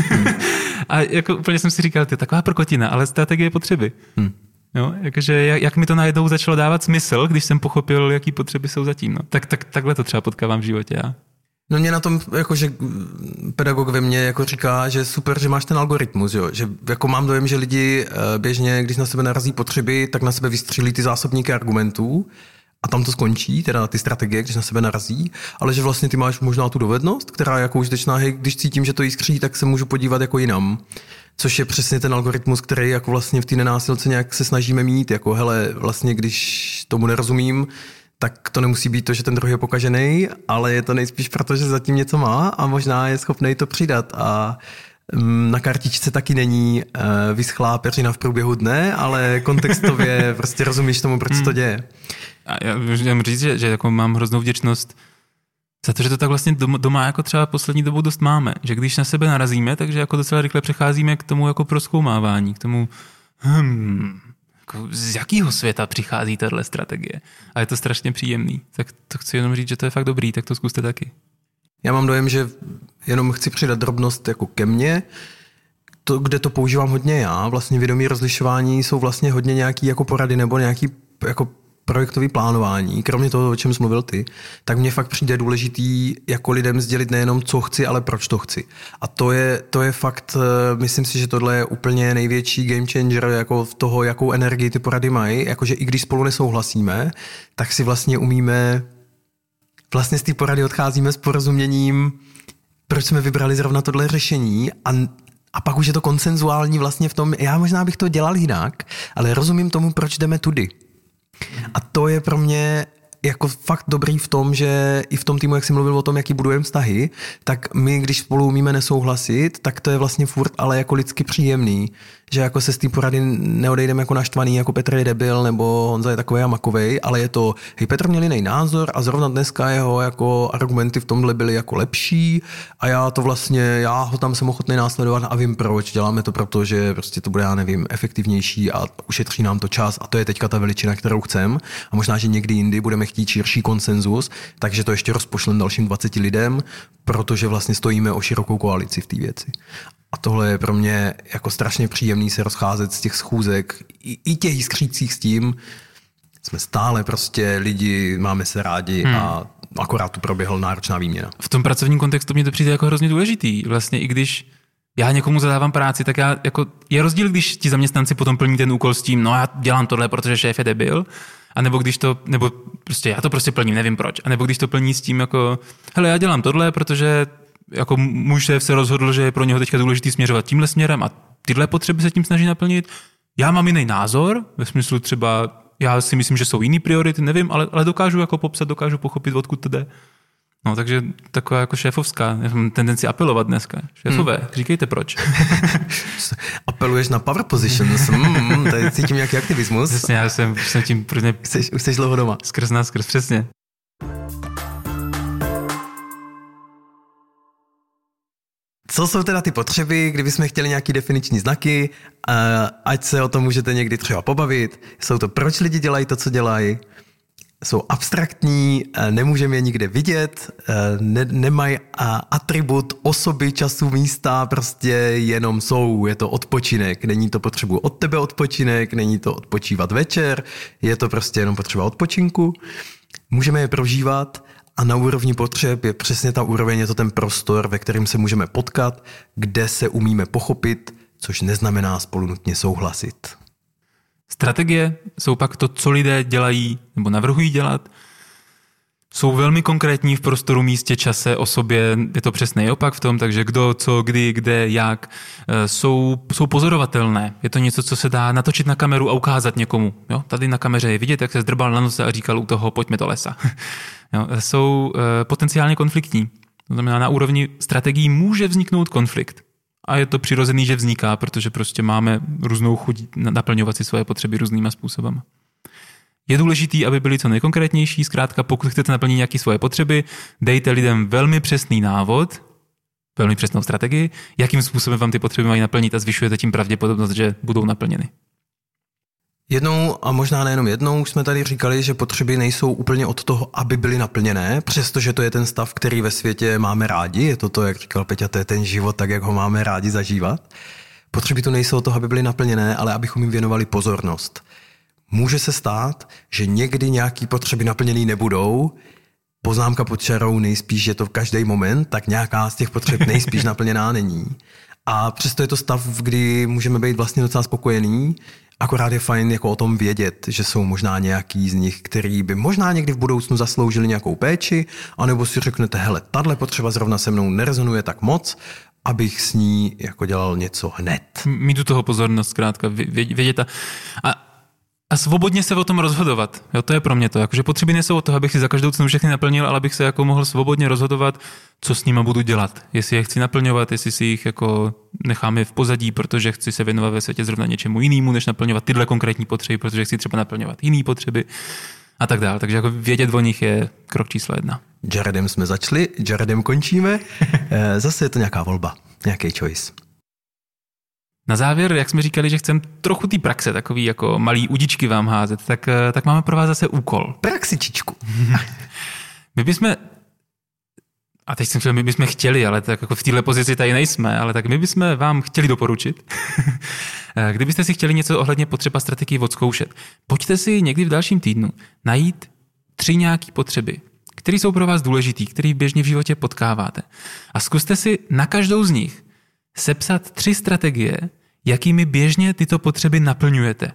A jako úplně jsem si říkal, to je taková prkotina, ale strategie potřeby. Jo, jakože jak mi to najednou začalo dávat smysl, když jsem pochopil, jaký potřeby jsou zatím. No. Takhle to třeba potkávám v životě já. No mě na tom, jakože pedagog ve mně jako říká, že super, že máš ten algoritmus, jo? Že jako mám dojem, že lidi běžně, když na sebe narazí potřeby, tak na sebe vystřílí ty zásobníky argumentů a tam to skončí, teda ty strategie, když na sebe narazí, ale že vlastně ty máš možná tu dovednost, která je jako užitečná, hej, když cítím, že to jiskří, tak se můžu podívat jako jinam. Což je přesně ten algoritmus, který jako vlastně v té nenásilce nějak se snažíme mít, jako hele, vlastně když tomu nerozumím, tak to nemusí být to, že ten druhý je pokažený, ale je to nejspíš proto, že zatím něco má a možná je schopný to přidat. A na kartičce taky není vyschlá peřina v průběhu dne, ale kontextově prostě rozumíš tomu, proč to děje. A já můžu říct, že jako mám hroznou vděčnost za to, že to tak vlastně doma jako třeba poslední dobou dost máme. Že když na sebe narazíme, takže jako docela rychle přecházíme k tomu jako prozkoumávání, k tomu jako z jakého světa přichází tahle strategie. A je to strašně příjemný. Tak to chci jenom říct, že to je fakt dobrý, tak to zkuste taky. Já mám dojem, že jenom chci přidat drobnost jako ke mně. To, kde to používám hodně já, vlastně vědomí rozlišování jsou vlastně hodně nějaký jako porady nebo nějaký jako projektový plánování, kromě toho, o čem jsi mluvil ty, tak mně fakt přijde důležitý jako lidem sdělit nejenom, co chci, ale proč to chci. A to je fakt, myslím si, že tohle je úplně největší game changer jako v toho, jakou energii ty porady mají, jakože i když spolu nesouhlasíme, tak si vlastně umíme, vlastně z té porady odcházíme s porozuměním, proč jsme vybrali zrovna tohle řešení a pak už je to konsenzuální vlastně v tom, já možná bych to dělal jinak, ale rozumím tomu, proč jdeme tudy. A to je pro mě jako fakt dobrý v tom, že i v tom týmu, jak jsi mluvil o tom, jaký budujeme vztahy, tak my, když spolu umíme nesouhlasit, tak to je vlastně furt ale jako lidsky příjemný, že jako se z té porady neodejdeme jako naštvaný, jako Petr je debil, nebo Honza je takovej a makovej, ale je to, hej, Petr měl jiný názor a zrovna dneska jeho jako argumenty v tomhle byly jako lepší a já ho tam jsem ochotný následovat a vím proč, děláme to proto, že prostě to bude, já nevím, efektivnější a ušetří nám to čas a to je teďka ta veličina, kterou chcem a možná, že někdy jindy budeme chtít širší konsenzus, takže to ještě rozpošlem dalším 20 lidem, protože vlastně stojíme o širokou koalici v té věci. A tohle je pro mě jako strašně příjemný se rozcházet z těch schůzek, i těch jiskřících s tím, Jsme stále prostě lidi, máme se rádi a akorát tu proběhla náročná výměna. V tom pracovním kontextu mě to přijde jako hrozně důležitý. Vlastně i když já někomu zadávám práci, tak je rozdíl, když ti zaměstnanci potom plní ten úkol s tím, no já dělám tohle, protože šéf je debil, anebo nebo prostě já to prostě plním, nevím proč. A nebo když to plní s tím jako, hele, já dělám tohle, protože jako můj šéf se rozhodl, že je pro něho teďka důležitý směřovat tímhle směrem a tyhle potřeby se tím snaží naplnit. Já mám jiný názor, ve smyslu třeba, já si myslím, že jsou jiný priority, nevím, ale dokážu jako popsat, dokážu pochopit, odkud to jde. No, takže taková jako šéfovská. Já mám tendenci apelovat dneska. Šéfové, říkejte proč. Apeluješ na power positions. Tady cítím nějaký aktivismus. Přesně, já jsem tím Už jsi dlouho doma. Skrz nás, přesně. Co jsou teda ty potřeby, kdybychom chtěli nějaký definiční znaky, ať se o tom můžete někdy třeba pobavit. Jsou to, proč lidi dělají to, co dělají. Jsou abstraktní, nemůžeme je nikde vidět, nemají atribut osoby, času, místa, prostě jenom jsou. Je to odpočinek, není to potřebu od tebe odpočinek, není to odpočívat večer, je to prostě jenom potřeba odpočinku. Můžeme je prožívat a na úrovni potřeb je přesně ta úroveň, je to ten prostor, ve kterém se můžeme potkat, kde se umíme pochopit, což neznamená spolu nutně souhlasit. Strategie jsou pak to, co lidé dělají nebo navrhují dělat. Jsou velmi konkrétní v prostoru, místě, čase, osobě. Je to přesný opak v tom, takže kdo, co, kdy, kde, jak. Jsou pozorovatelné. Je to něco, co se dá natočit na kameru a ukázat někomu. Jo? Tady na kameře je vidět, jak se zdrbal na nose a říkal u toho, pojďme do lesa. Jo? Jsou potenciálně konfliktní. To znamená, na úrovni strategií může vzniknout konflikt. A je to přirozený, že vzniká, protože prostě máme různou chuť naplňovat si svoje potřeby různýma způsobama. Je důležitý, aby byly co nejkonkrétnější, zkrátka pokud chcete naplnit nějaké svoje potřeby, dejte lidem velmi přesný návod, velmi přesnou strategii, jakým způsobem vám ty potřeby mají naplnit a zvyšujete tím pravděpodobnost, že budou naplněny. Jednou a možná nejenom jednou jsme tady říkali, že potřeby nejsou úplně od toho, aby byly naplněné, přestože to je ten stav, který ve světě máme rádi, je to, jak říkal Peťa, to je ten život tak, jak ho máme rádi zažívat. Potřeby tu nejsou od toho, aby byly naplněné, ale abychom jim věnovali pozornost. Může se stát, že někdy nějaký potřeby naplněný nebudou, poznámka pod čarou nejspíš je to v každý moment, tak nějaká z těch potřeb nejspíš naplněná není. A přesto je to stav, kdy můžeme být vlastně docela spokojení, akorát je fajn jako o tom vědět, že jsou možná nějaký z nich, který by možná někdy v budoucnu zasloužili nějakou péči, anebo si řeknete, hele, tahle potřeba zrovna se mnou nerezonuje tak moc, abych s ní jako dělal něco hned. Mít u toho pozornost, zkrátka, vědět a svobodně se o tom rozhodovat. Jo, to je pro mě to. Jakože potřeby nejsou o toho, abych si za každou cenu všechny naplnil, ale abych se jako mohl svobodně rozhodovat, co s nima budu dělat. Jestli je chci naplňovat, jestli si jich jako nechám je v pozadí, protože chci se věnovat ve světě zrovna něčemu jinému, než naplňovat tyhle konkrétní potřeby, protože chci třeba naplňovat jiné potřeby a tak dále. Takže jako vědět o nich je krok číslo 1. Jaredem jsme začali, Jaredem končíme. Zase je to nějaká volba, nějaký choice. Na závěr, jak jsme říkali, že chceme trochu té praxe, takový jako malý udičky vám házet, tak máme pro vás zase úkol. Praxičičku. My bychom, a teď jsem chtěl, my bychom chtěli, ale tak jako v téhle pozici tady nejsme, ale tak my bychom vám chtěli doporučit. Kdybyste si chtěli něco ohledně potřeba strategii odzkoušet, pojďte si někdy v dalším týdnu najít 3 nějaké potřeby, které jsou pro vás důležitý, které běžně v životě potkáváte. A zkuste si na každou z nich sepsat 3 strategie, jakými běžně tyto potřeby naplňujete.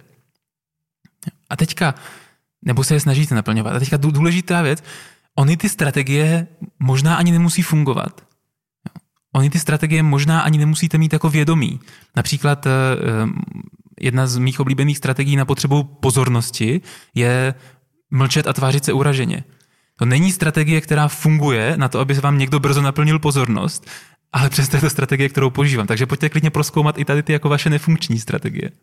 A teďka, nebo se je snažíte naplňovat. A teďka důležitá věc, ony ty strategie možná ani nemusí fungovat. Ony ty strategie možná ani nemusíte mít jako vědomí. Například jedna z mých oblíbených strategií na potřebu pozornosti je mlčet a tvářit se uraženě. To není strategie, která funguje na to, aby se vám někdo brzo naplnil pozornost, ale přesto je to strategie, kterou používám. Takže pojďte klidně prozkoumat i tady ty jako vaše nefunkční strategie.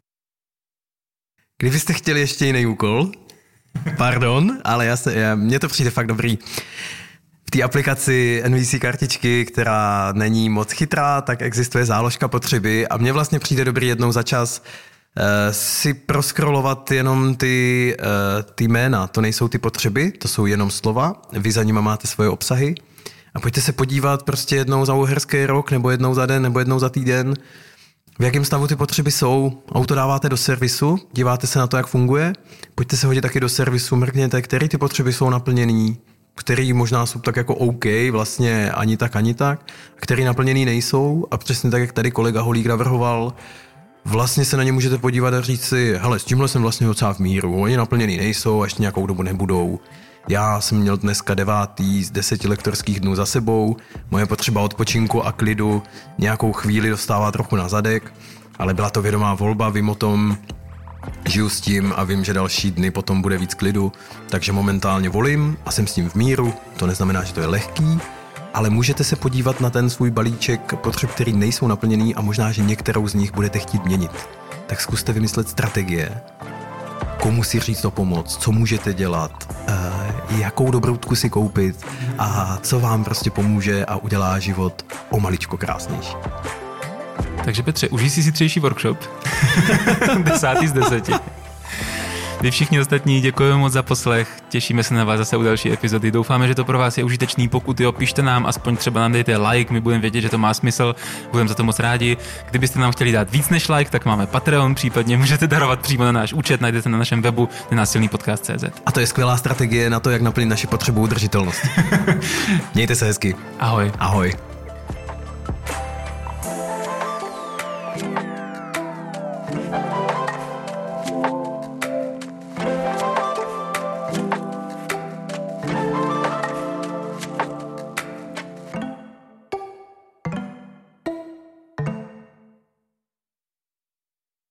Kdybyste chtěli ještě jiný úkol, pardon, ale mně to přijde fakt dobrý. V té aplikaci NVC kartičky, která není moc chytrá, tak existuje záložka potřeby a mně vlastně přijde dobrý jednou za čas si proskrolovat jenom ty jména. To nejsou ty potřeby, to jsou jenom slova, vy za nima máte svoje obsahy. A pojďte se podívat prostě jednou za uherský rok, nebo jednou za den, nebo jednou za týden, v jakém stavu ty potřeby jsou. Auto dáváte do servisu, díváte se na to, jak funguje, pojďte se hodit taky do servisu, mrkněte, které ty potřeby jsou naplněný, který možná jsou tak jako OK, vlastně ani tak, který naplněný nejsou a přesně tak, jak tady kolega Holík navrhoval, vlastně se na ně můžete podívat a říct si, hele, s tímhle jsem vlastně docela v míru, oni naplněný nejsou a ještě nějakou dobu nebudou. Já jsem měl dneska 9. z 10 lektorských dnů za sebou, moje potřeba odpočinku a klidu nějakou chvíli dostává trochu na zadek, ale byla to vědomá volba, vím o tom, žiju s tím a vím, že další dny potom bude víc klidu, takže momentálně volím a jsem s tím v míru, to neznamená, že to je lehký, ale můžete se podívat na ten svůj balíček potřeb, který nejsou naplněný a možná, že některou z nich budete chtít měnit. Tak zkuste vymyslet strategie, komu si říct o pomoc, co můžete dělat, jakou dobroutku si koupit a co vám prostě pomůže a udělá život o maličko krásnější. Takže Petře, užij si zítřejší workshop. 10. z 10. Vy všichni ostatní děkujeme moc za poslech, těšíme se na vás zase u další epizody. Doufáme, že to pro vás je užitečný, pokud jo, pište nám, aspoň třeba nám dejte like, my budeme vědět, že to má smysl, budeme za to moc rádi. Kdybyste nám chtěli dát víc než like, tak máme Patreon, případně můžete darovat přímo na náš účet, najdete na našem webu nenásilnýpodcast.cz. A to je skvělá strategie na to, jak naplnit naši potřebu udržitelnosti. Mějte se hezky. Ahoj. Ahoj.